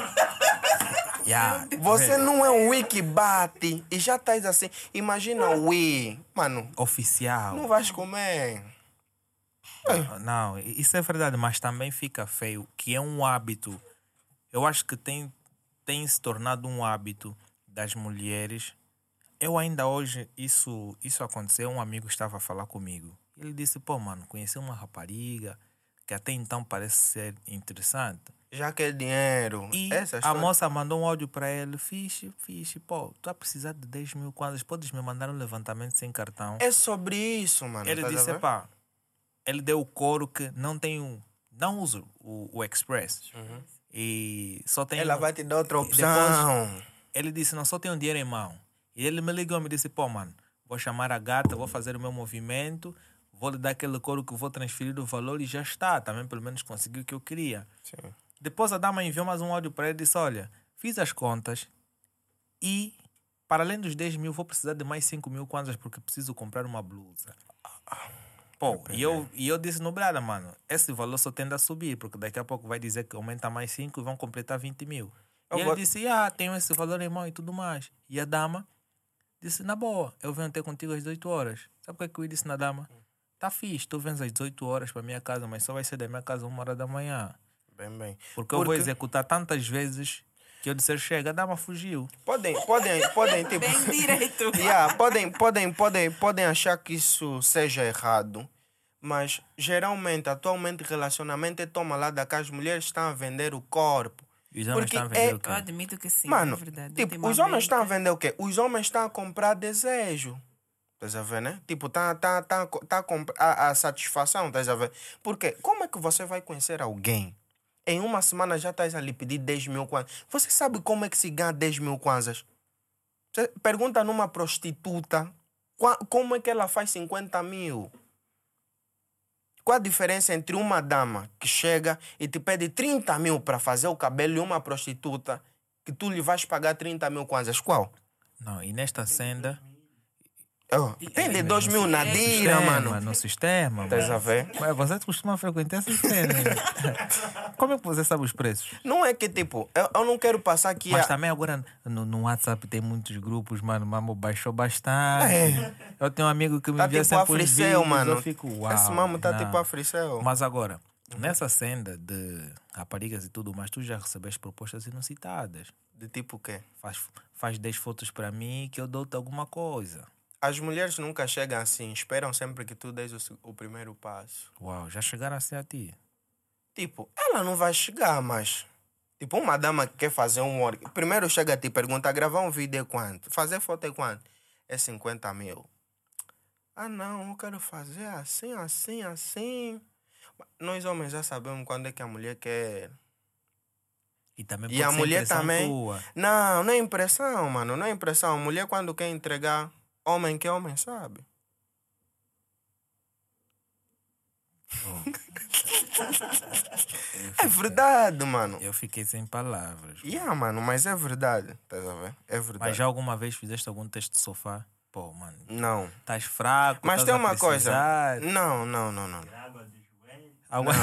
Yeah, Você velho, não é um wiki bate. E já estás assim. Imagina o Wii. Mano, oficial. não vais comer. Não, isso é verdade, mas também fica feio, que é um hábito. Eu acho que tem se tornado um hábito das mulheres. Eu ainda hoje, isso aconteceu, um amigo estava a falar comigo. Ele disse, pô, mano, conheci uma rapariga que até então parece ser interessante. Já quer dinheiro. E Essa a história- moça mandou um áudio para ele, fixe, pô, tu a precisar de 10 mil quadros, podes me mandar um levantamento sem cartão? É sobre isso, mano. Ele estás a disse, ver? pá, ele deu o coro que não uso o Express. E só tem Ela vai te dar outra opção. Ele disse, não, só tenho dinheiro em mão. E ele me ligou e me disse, pô, mano, vou chamar a gata, vou fazer o meu movimento, vou lhe dar aquele couro que vou transferir o valor e já está. Também pelo menos consegui o que eu queria. Sim. Depois a dama enviou mais um áudio para ele e disse, olha, fiz as contas e para além dos 10 mil vou precisar de mais 5 mil kwanzas porque preciso comprar uma blusa. Pô, e eu disse no brada, mano, esse valor só tende a subir, porque daqui a pouco vai dizer que aumenta mais 5 e vão completar 20 mil. E ele disse, tenho esse valor em mão e tudo mais. E a dama disse, na boa, eu venho ter contigo às 18 horas. Sabe o que é que eu disse na dama? Tá fixe, tu vens às 18 horas para minha casa, mas só vai ser da minha casa 1 hora da manhã. Bem. Porque eu vou executar tantas vezes que eu disse, chega, a dama fugiu. Podem, tipo... Bem direito. podem achar que isso seja errado, mas geralmente, atualmente, relacionamento é toma lá da que as mulheres estão a vender o corpo. E os homens estão a vender o quê? Eu admito que sim, Mano, é verdade. tipo, os homens estão a vender o quê? Os homens estão a comprar desejo. Estás a ver, né? Tipo, tá a comprar a satisfação, estás a ver? Porque como é que você vai conhecer alguém? Em uma semana já estás a lhe pedir 10 mil kwanzas. Você sabe como é que se ganha 10 mil kwanzas? Você pergunta numa prostituta como é que ela faz 50 mil. Qual a diferença entre uma dama que chega e te pede 30 mil para fazer o cabelo e uma prostituta que tu lhe vais pagar 30 mil kwanzas? Qual? Não, e nesta senda... Tem de 2 mil na dira, mano. No sistema. Estás a ver? Mas você costuma frequentar essas cenas. Como é que você sabe os preços? Não é que, tipo, eu não quero passar aqui Mas também agora no WhatsApp tem muitos grupos, mano. Mamo baixou bastante. Eu tenho um amigo que me Tá envia tipo sempre os Africel, vídeos, mano. eu fico, uau. Esse mamo tá não. tipo Africel. Mas agora, nessa senda de raparigas e tudo, mas tu já recebeste propostas inusitadas. De tipo o quê? Faz 10 fotos para mim que eu dou-te alguma coisa. As mulheres nunca chegam assim, esperam sempre que tu des o primeiro passo. Uau, já chegaram assim a ti? Tipo, ela não vai chegar, mas... Tipo, uma dama que quer fazer um work... Primeiro chega a ti e pergunta, gravar um vídeo é quanto? Fazer foto é quanto? É 50 mil. Ah, não, eu quero fazer assim. Nós homens já sabemos quando é que a mulher quer... E também E a mulher também... Tua. Não é impressão, mano. Não é impressão. A mulher quando quer entregar... Homem que homem sabe. É verdade, mano. Eu fiquei sem palavras. Mano, mas é verdade. Estás a ver? É verdade. Mas já alguma vez fizeste algum teste de sofá? Pô, mano. Não. Estás fraco, Mas estás tem a uma coisa. precisar. Não. Alguma...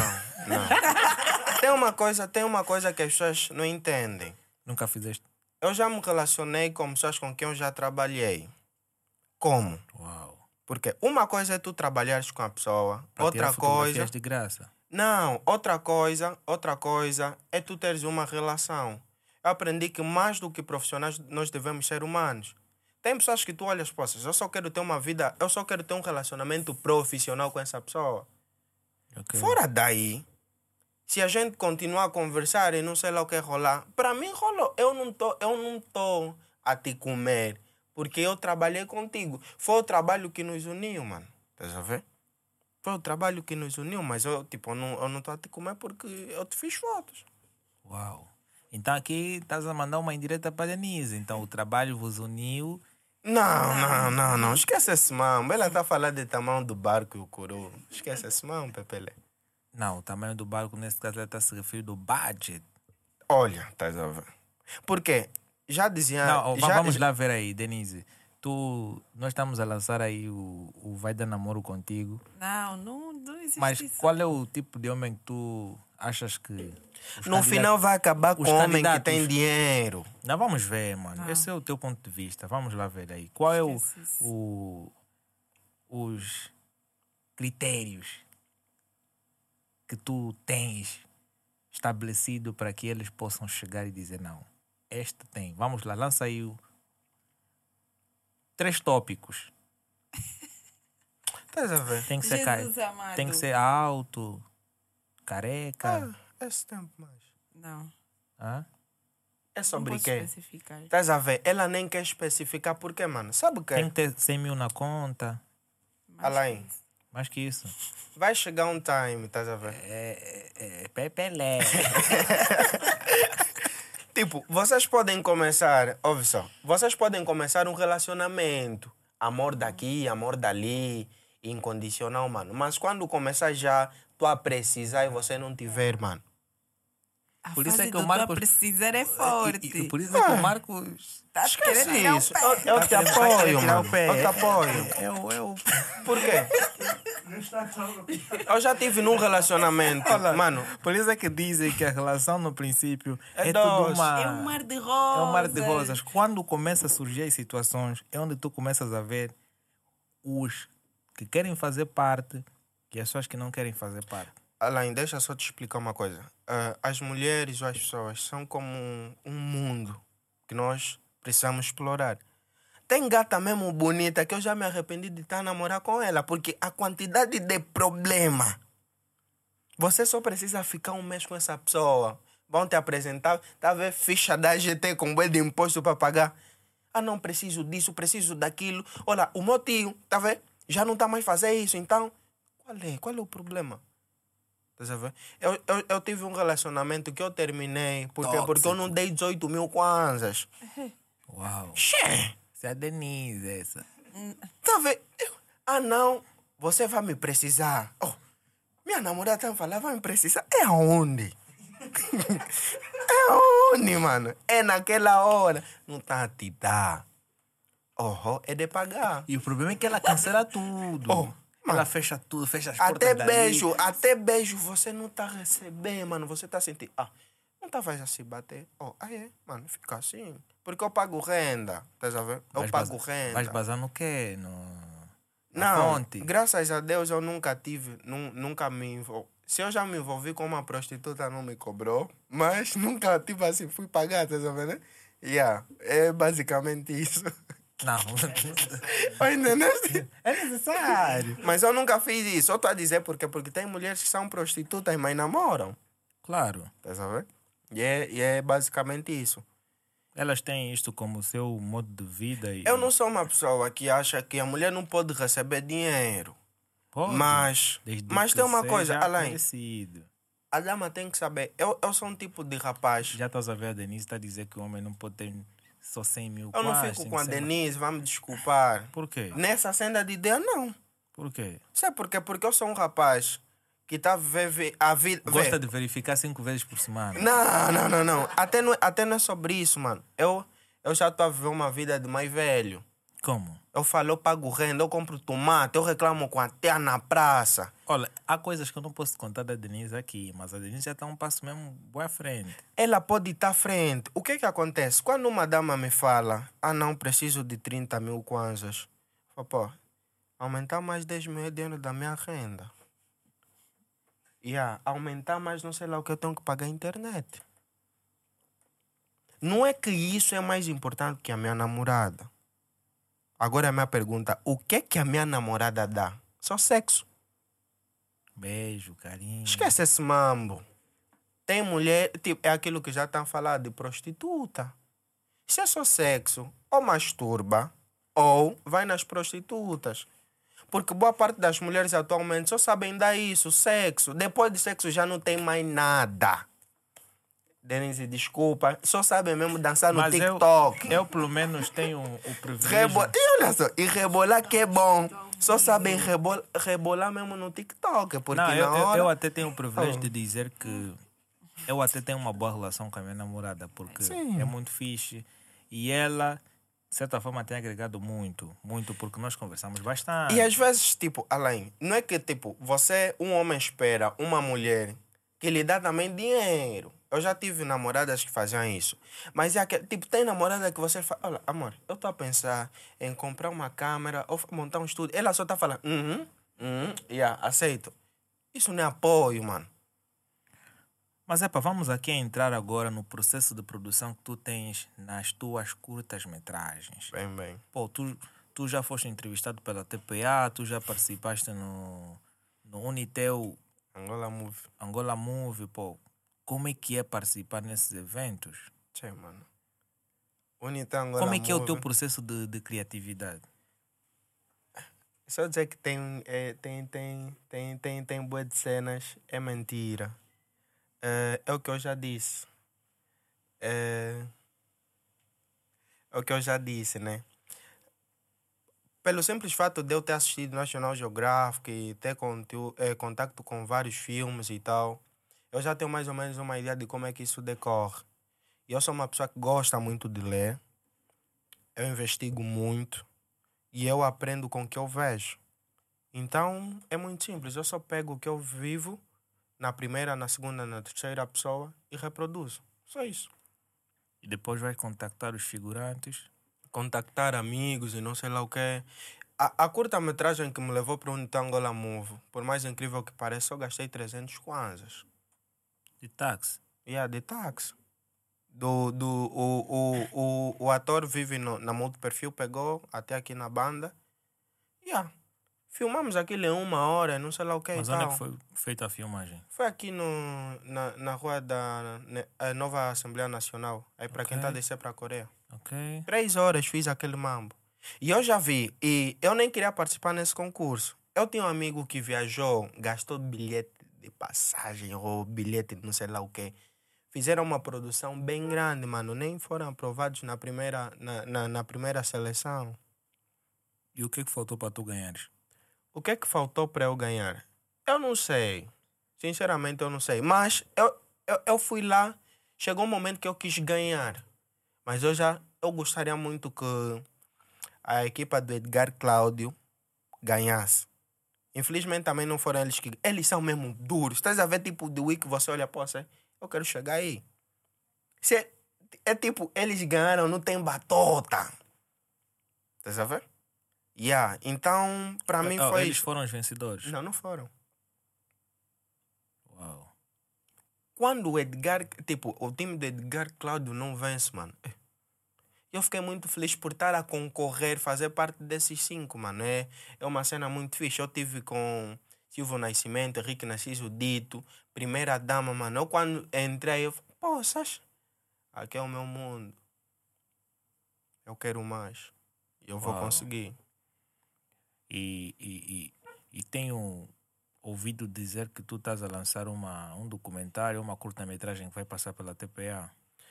Não. Tem uma coisa que as pessoas não entendem. Nunca fizeste? Eu já me relacionei com pessoas com quem eu já trabalhei. Como? Uau. Porque uma coisa é tu trabalhares com a pessoa, Pra outra tirar fotografias coisa... de graça. Não, outra coisa é tu teres uma relação. Eu aprendi que mais do que profissionais nós devemos ser humanos. Tem pessoas que tu olhas, poças, eu só quero ter uma vida, eu só quero ter um relacionamento profissional com essa pessoa. Okay. Fora daí, se a gente continuar a conversar e não sei lá o que rolar, para mim rolou. Eu não tô a te comer porque eu trabalhei contigo. Foi o trabalho que nos uniu, mano. Estás a ver? Foi o trabalho que nos uniu, mas eu não tô a te comer porque eu te fiz fotos. Uau. Então aqui estás a mandar uma indireta para a Denise. Então o trabalho vos uniu. Não. Esquece esse mão. Ela está a falar de tamanho do barco e o coroa. Esquece esse mão, Pepele. Não, o tamanho do barco, nesse caso, ela está a se referir do budget. Olha, estás a ver. Porque já dizia... Não, vamos lá ver aí, Denise. Nós estamos a lançar aí o Vai Dar Namoro Contigo. Não existe Mas isso. qual é o tipo de homem que tu achas que... No final vai acabar com o homem que tem candidatos- dinheiro. Não, vamos ver, mano. Esse é o teu ponto de vista. Vamos lá ver aí. Qual é os critérios que tu tens estabelecido para que eles possam chegar e dizer não, este tem. Vamos lá, lança aí 3 tópicos. Estás a ver? Tem que ser Jesus amado. tem que ser alto, careca. Esse tempo mais. Não. Hã? É Não sobre posso quê? especificar. Estás a ver? Ela nem quer especificar por quê, mano. Sabe o quê? Tem que ter 100 mil na conta. Mais Alain. que isso. Mais que isso. Vai chegar um time, estás a ver? Pepelé. Tipo, vocês podem começar, ouve só, vocês podem começar um relacionamento, amor daqui, amor dali, incondicional, mano. Mas quando começar já, tu a precisar e você não tiver, mano. A Por isso fase é que o do Marcos- tô a precisar é forte. E por isso é que o Marcos... Tá Esquece querendo tirar o isso. pé. Eu te Tá querendo apoio, tirar mano. o pé. Eu te apoio. Eu... Por quê? Eu já tive num relacionamento, mano. Por isso é que dizem que a relação no princípio É é tudo doce. uma... É um mar de rosas. É um mar de rosas. Quando começa a surgir as situações, é onde tu começas a ver os que querem fazer parte e as pessoas que não querem fazer parte. Alain, deixa só te explicar uma coisa. As mulheres ou as pessoas são como um mundo que nós precisamos explorar. Tem gata mesmo bonita que eu já me arrependi de estar a namorar com ela, porque a quantidade de problema. Você só precisa ficar um mês com essa pessoa. Vão te apresentar, tá a ver ficha da AGT com bué de imposto para pagar. Ah, não, preciso disso, preciso daquilo. Olha, o meu tio, tá a ver? Já não tá mais fazer isso, então... Qual é o problema? Tá a ver? Eu tive um relacionamento que eu terminei. Por quê? Porque eu não dei 18 mil kwanzas. Uau. Xê! Isso é a Denise, essa. Tá vendo? Ah, não. Você vai me precisar. Oh, minha namorada tá falando, vai me precisar. É aonde? É aonde, mano? É naquela hora. Não tá a te dar. Oh, é de pagar. E o problema é que ela cancela tudo. Oh, ela mano. fecha tudo, fecha as Até portas beijo você não tá recebendo, mano. Você tá sentindo. Ah, não tá vai se bater. Oh, mano, fica assim. Porque eu pago renda. Tá a ver? Eu pago renda. Vais bazar no quê? Na Não, fonte? graças a Deus eu nunca tive, nunca me envolvi. Se eu já me envolvi com uma prostituta, não me cobrou, mas nunca, tipo assim, fui pagar, tá sabendo, né? Yeah, é basicamente isso. Não. Ainda não É necessário. Mas eu nunca fiz isso. Eu estou a dizer porque tem mulheres que são prostitutas, mas namoram, Claro. tá sabendo? E é basicamente isso. Elas têm isto como seu modo de vida e... Eu não sou uma pessoa que acha que a mulher não pode receber dinheiro. Pode, Mas desde mas que tem uma seja coisa, Alain. conhecido. A dama tem que saber. Eu sou um tipo de rapaz. Já estás a ver a Denise está a dizer que o homem não pode ter só 100 mil Eu não quase, fico tem com que a ser- Denise, vai me desculpar. Por quê? Nessa senda de ideia, não. Por quê? Sabe por quê? Porque eu sou um rapaz que está a viver a vida. Gosta de verificar 5 vezes por semana. Não. Até não é sobre isso, mano. Eu já estou a viver uma vida de mais velho. Como? Eu falo, eu pago renda, eu compro tomate, eu reclamo com a tia na praça. Olha, há coisas que eu não posso contar da Denise aqui, mas a Denise já está um passo mesmo boa à frente. Ela pode estar à frente. O que acontece? Quando uma dama me fala, não, preciso de 30 mil kwanzas. Eu falo, pô, aumentar mais 10 mil é dinheiro da minha renda. Aumentar mais não sei lá o que eu tenho que pagar a internet. Não é que isso é mais importante que a minha namorada. Agora a minha pergunta, o que a minha namorada dá? Só sexo. Beijo, carinho. Esquece esse mambo. Tem mulher, tipo, é aquilo que já estão falando de prostituta. Isso é só sexo. Ou masturba, ou vai nas prostitutas. Porque boa parte das mulheres atualmente só sabem dar isso, sexo. Depois de sexo já não tem mais nada. Denise, desculpa. Só sabem mesmo dançar no Mas TikTok. eu pelo menos tenho o privilégio... E olha só, e rebolar que é bom. Só sabem rebolar mesmo no TikTok. Porque Não, na hora... eu até tenho o privilégio de dizer que eu até tenho uma boa relação com a minha namorada, porque Sim. é muito fixe. E ela, de certa forma, tem agregado muito, porque nós conversamos bastante. E às vezes, tipo, Alain, não é que, tipo, você, um homem espera uma mulher que lhe dá também dinheiro. Eu já tive namoradas que faziam isso. Mas é que, tipo, tem namorada que você fala, olha, amor, eu estou a pensar em comprar uma câmera ou montar um estúdio. Ela só está falando, aceito. Isso não é apoio, mano. Mas vamos aqui entrar agora no processo de produção que tu tens nas tuas curtas-metragens. Bem. Pô, tu já foste entrevistado pela TPA, tu já participaste no Unitel Angola Movie. Angola Movie, pô. Como é que é participar nesses eventos? Tchê, mano. Unitel Angola Como é que é o teu Movie. processo de criatividade? Só dizer que tem bué de cenas, é mentira. É o que eu já disse. É o que eu já disse, né? Pelo simples fato de eu ter assistido National Geographic e ter contato com vários filmes e tal, eu já tenho mais ou menos uma ideia de como é que isso decorre. E eu sou uma pessoa que gosta muito de ler, eu investigo muito e eu aprendo com o que eu vejo. Então é muito simples, eu só pego o que eu vivo na primeira, na segunda, na terceira pessoa e reproduzo. Só isso. E depois vai contactar os figurantes. Contactar amigos e não sei lá o que. A curta-metragem que me levou para o Angola Move, por mais incrível que pareça, eu gastei 300 kwanzas. De táxi. De táxi. O ator vive na multiperfil, pegou até aqui na banda. Filmamos aquilo em 1 hora, não sei lá o que Mas e onde é tal. que foi feita a filmagem? Foi aqui na rua da Nova Assembleia Nacional. Aí para quem está a descer para a Coreia. Ok. 3 horas fiz aquele mambo. E eu já vi. E eu nem queria participar nesse concurso. Eu tinha um amigo que viajou, gastou bilhete de passagem ou bilhete de não sei lá o quê. Fizeram uma produção bem grande, mano. Nem foram aprovados na primeira seleção. E o que faltou para tu ganhares? O que faltou para eu ganhar? Eu não sei. Sinceramente, eu não sei. Mas eu fui lá. Chegou um momento que eu quis ganhar. Mas eu gostaria muito que a equipa do Edgar Cláudio ganhasse. Infelizmente também não foram eles que... Eles são mesmo duros. Estás a ver tipo de week você olha, poxa, eu quero chegar aí. É tipo, eles ganharam, não tem batota. Estás a ver? Então, para mim foi... Eles foram os vencedores? Não foram. Uau. Quando o Edgar... Tipo, o time do Edgar Cláudio não vence, mano. Eu fiquei muito feliz por estar a concorrer, fazer parte desses 5, mano. É uma cena muito fixe. Eu tive com Silvio Nascimento, Henrique Narciso Dito, Primeira Dama, mano. Eu quando entrei, eu falei, poças, aqui é o meu mundo. Eu quero mais. Eu vou conseguir. E tenho ouvido dizer que tu estás a lançar um documentário, uma curta-metragem que vai passar pela TPA.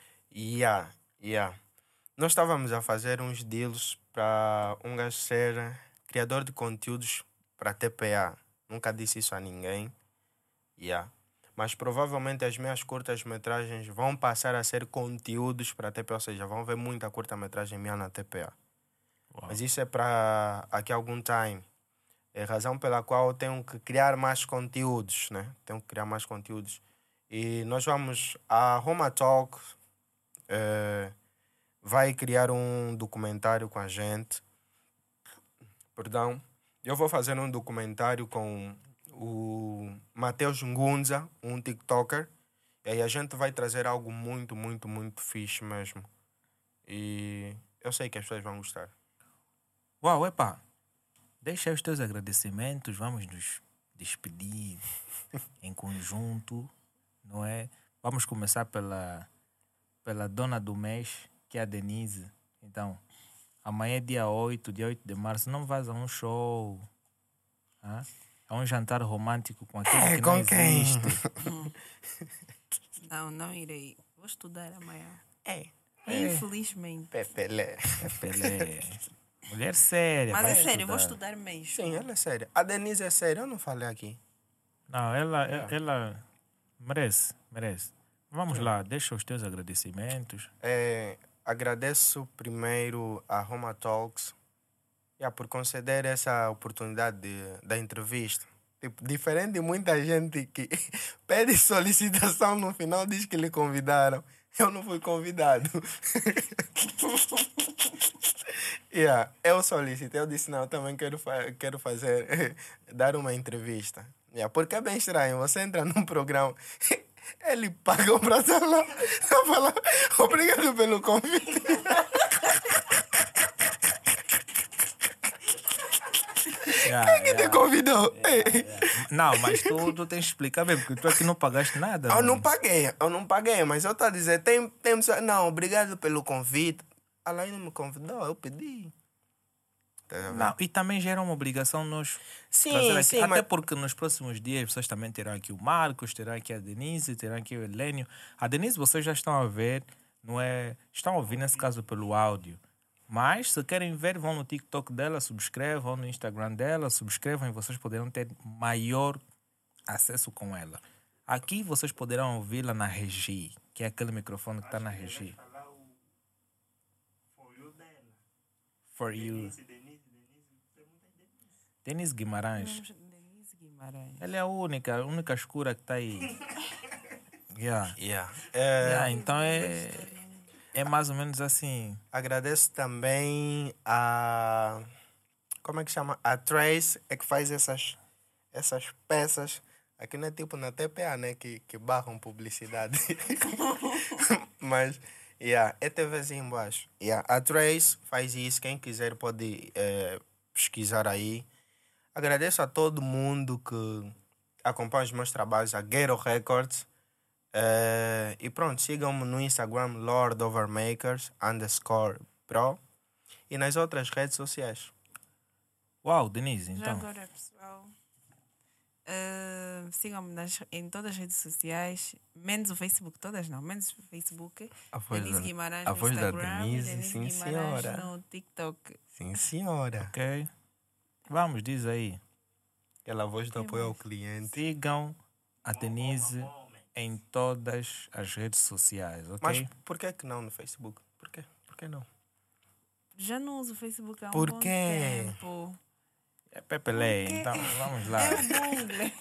Nós estávamos a fazer uns deals para um gajo ser criador de conteúdos para a TPA. Nunca disse isso a ninguém. Mas provavelmente as minhas curtas-metragens vão passar a ser conteúdos para a TPA. Ou seja, vão ver muita curta-metragem minha na TPA. Uau. Mas isso é para aqui a algum time. É a razão pela qual eu tenho que criar mais conteúdos, né? Tenho que criar mais conteúdos. E nós vamos... A Roma Talk vai criar um documentário com a gente. Eu vou fazer um documentário com o Matheus Ngunza, um TikToker. E aí a gente vai trazer algo muito, muito, muito fixe mesmo. E eu sei que as pessoas vão gostar. Uau, epá. Deixa aí os teus agradecimentos. Vamos nos despedir em conjunto, não é? Vamos começar pela dona do mês, que é a Denise. Então, amanhã é dia 8 de março. Não vais a um show. A um jantar romântico com aquele que não existe. Não irei. Vou estudar amanhã. É. Infelizmente. Pelé. Mulher séria. Mas é vai sério, estudar. vou estudar mesmo. Sim, ela é séria. A Denise é séria, eu não falei aqui. Não, ela merece. Vamos lá, deixa os teus agradecimentos. Agradeço primeiro a Roma Talks por conceder essa oportunidade da entrevista. Tipo, diferente de muita gente que pede solicitação no final diz que lhe convidaram. Eu não fui convidado. Eu solicitei, eu disse, não, eu também quero fazer, dar uma entrevista. Porque é bem estranho, você entra num programa, ele pagou pra estar lá, falar, obrigado pelo convite. Quem que te convidou? Não, mas tu tens que explicar bem, porque tu aqui não pagaste nada. Eu não paguei, mas eu estou a dizer, não, obrigado pelo convite. Ela ainda me convidou, eu pedi. Não, e também gera uma obrigação nós trazer aqui. Até porque nos próximos dias vocês também terão aqui o Marcos, terão aqui a Denise, terão aqui o Helênio. A Denise vocês já estão a ver não é? Estão a ouvir nesse caso pelo áudio. Mas se querem ver, vão no TikTok dela, subscrevam, vão no Instagram dela, subscrevam e vocês poderão ter maior acesso com ela. Aqui vocês poderão ouvi-la na Regi, que é aquele microfone que está na Regi. For You. Denise Guimarães. Denise Guimarães. Ela é a única escura que está aí. Yeah. Então é mais ou menos assim. Agradeço também a... Como é que chama? A Trace é que faz essas peças. Aqui não é tipo na TPA, né? Que barram publicidade. Mas, é TVzinho embaixo. A Trace faz isso. Quem quiser pode pesquisar aí. Agradeço a todo mundo que acompanha os meus trabalhos, a Ghetto Records. E pronto, sigam-me no Instagram LordOvermakers_Pro e nas outras redes sociais. Uau, Denise, Já então. agora, pessoal, sigam-me em todas as redes sociais, menos o Facebook, todas não, menos o Facebook. Denise Guimarães no Instagram, Denise sim, Guimarães senhora. no TikTok. Sim, senhora. Ok. Vamos, diz aí. Aquela voz do apoio ao cliente. Sigam a Denise em todas as redes sociais, ok? Mas por que não no Facebook? Por quê? Por que não? Já não uso o Facebook há um Por bom quê? tempo. É Pepele, então vamos lá. É bom inglês.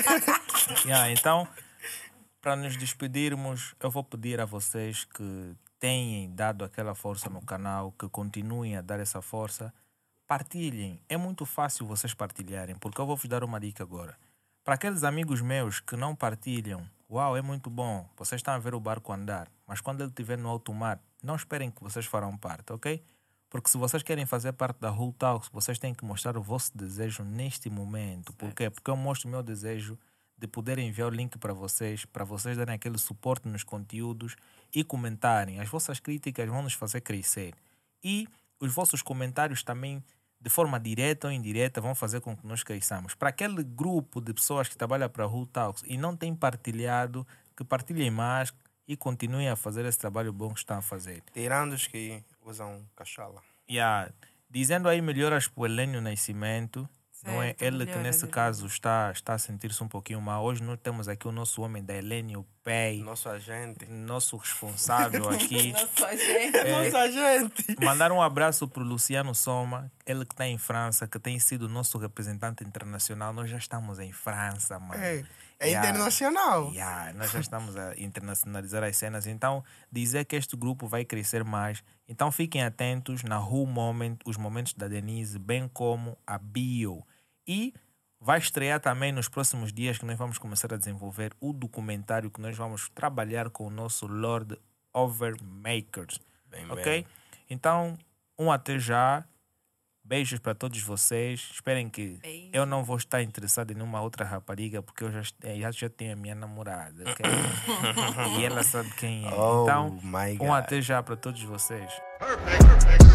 Então, para nos despedirmos, eu vou pedir a vocês que tenham dado aquela força no canal, que continuem a dar essa força. Partilhem. É muito fácil vocês partilharem, porque eu vou vos dar uma dica agora. Para aqueles amigos meus que não partilham, uau, é muito bom. Vocês estão a ver o barco andar, mas quando ele estiver no alto mar, não esperem que vocês farão parte, ok? Porque se vocês querem fazer parte da Whole Talks, vocês têm que mostrar o vosso desejo neste momento. Por quê? Porque eu mostro o meu desejo de poder enviar o link para vocês darem aquele suporte nos conteúdos e comentarem. As vossas críticas vão nos fazer crescer. E os vossos comentários também, de forma direta ou indireta, vão fazer com que nós cresçamos. Para aquele grupo de pessoas que trabalham para a Whole Talks e não têm partilhado, que partilhem mais e continuem a fazer esse trabalho bom que estão a fazer. Tirando os que usam cachala. Dizendo aí melhoras para o Helênio Nascimento, não é? Certo, Ele que melhoras, nesse caso está a sentir-se um pouquinho mal. Hoje nós temos aqui o nosso homem da Helênio Pay, Nosso agente. nosso responsável aqui. Nossa, gente. Nosso agente. Mandar um abraço para o Luciano Soma, ele que está em França, que tem sido nosso representante internacional. Nós já estamos em França, mano. É internacional. Nós já estamos a internacionalizar as cenas. Então, dizer que este grupo vai crescer mais. Então, fiquem atentos na Who Moment, os momentos da Denise, bem como a bio. E vai estrear também nos próximos dias que nós vamos começar a desenvolver o documentário que nós vamos trabalhar com o nosso Lord Overmakers. Ok? Então, até já. Beijos para todos vocês. Esperem que Beijo. eu não vou estar interessado em nenhuma outra rapariga, porque eu já tenho a minha namorada, ok? E ela sabe quem é. Oh, Então, my God. até já para todos vocês. Perfect.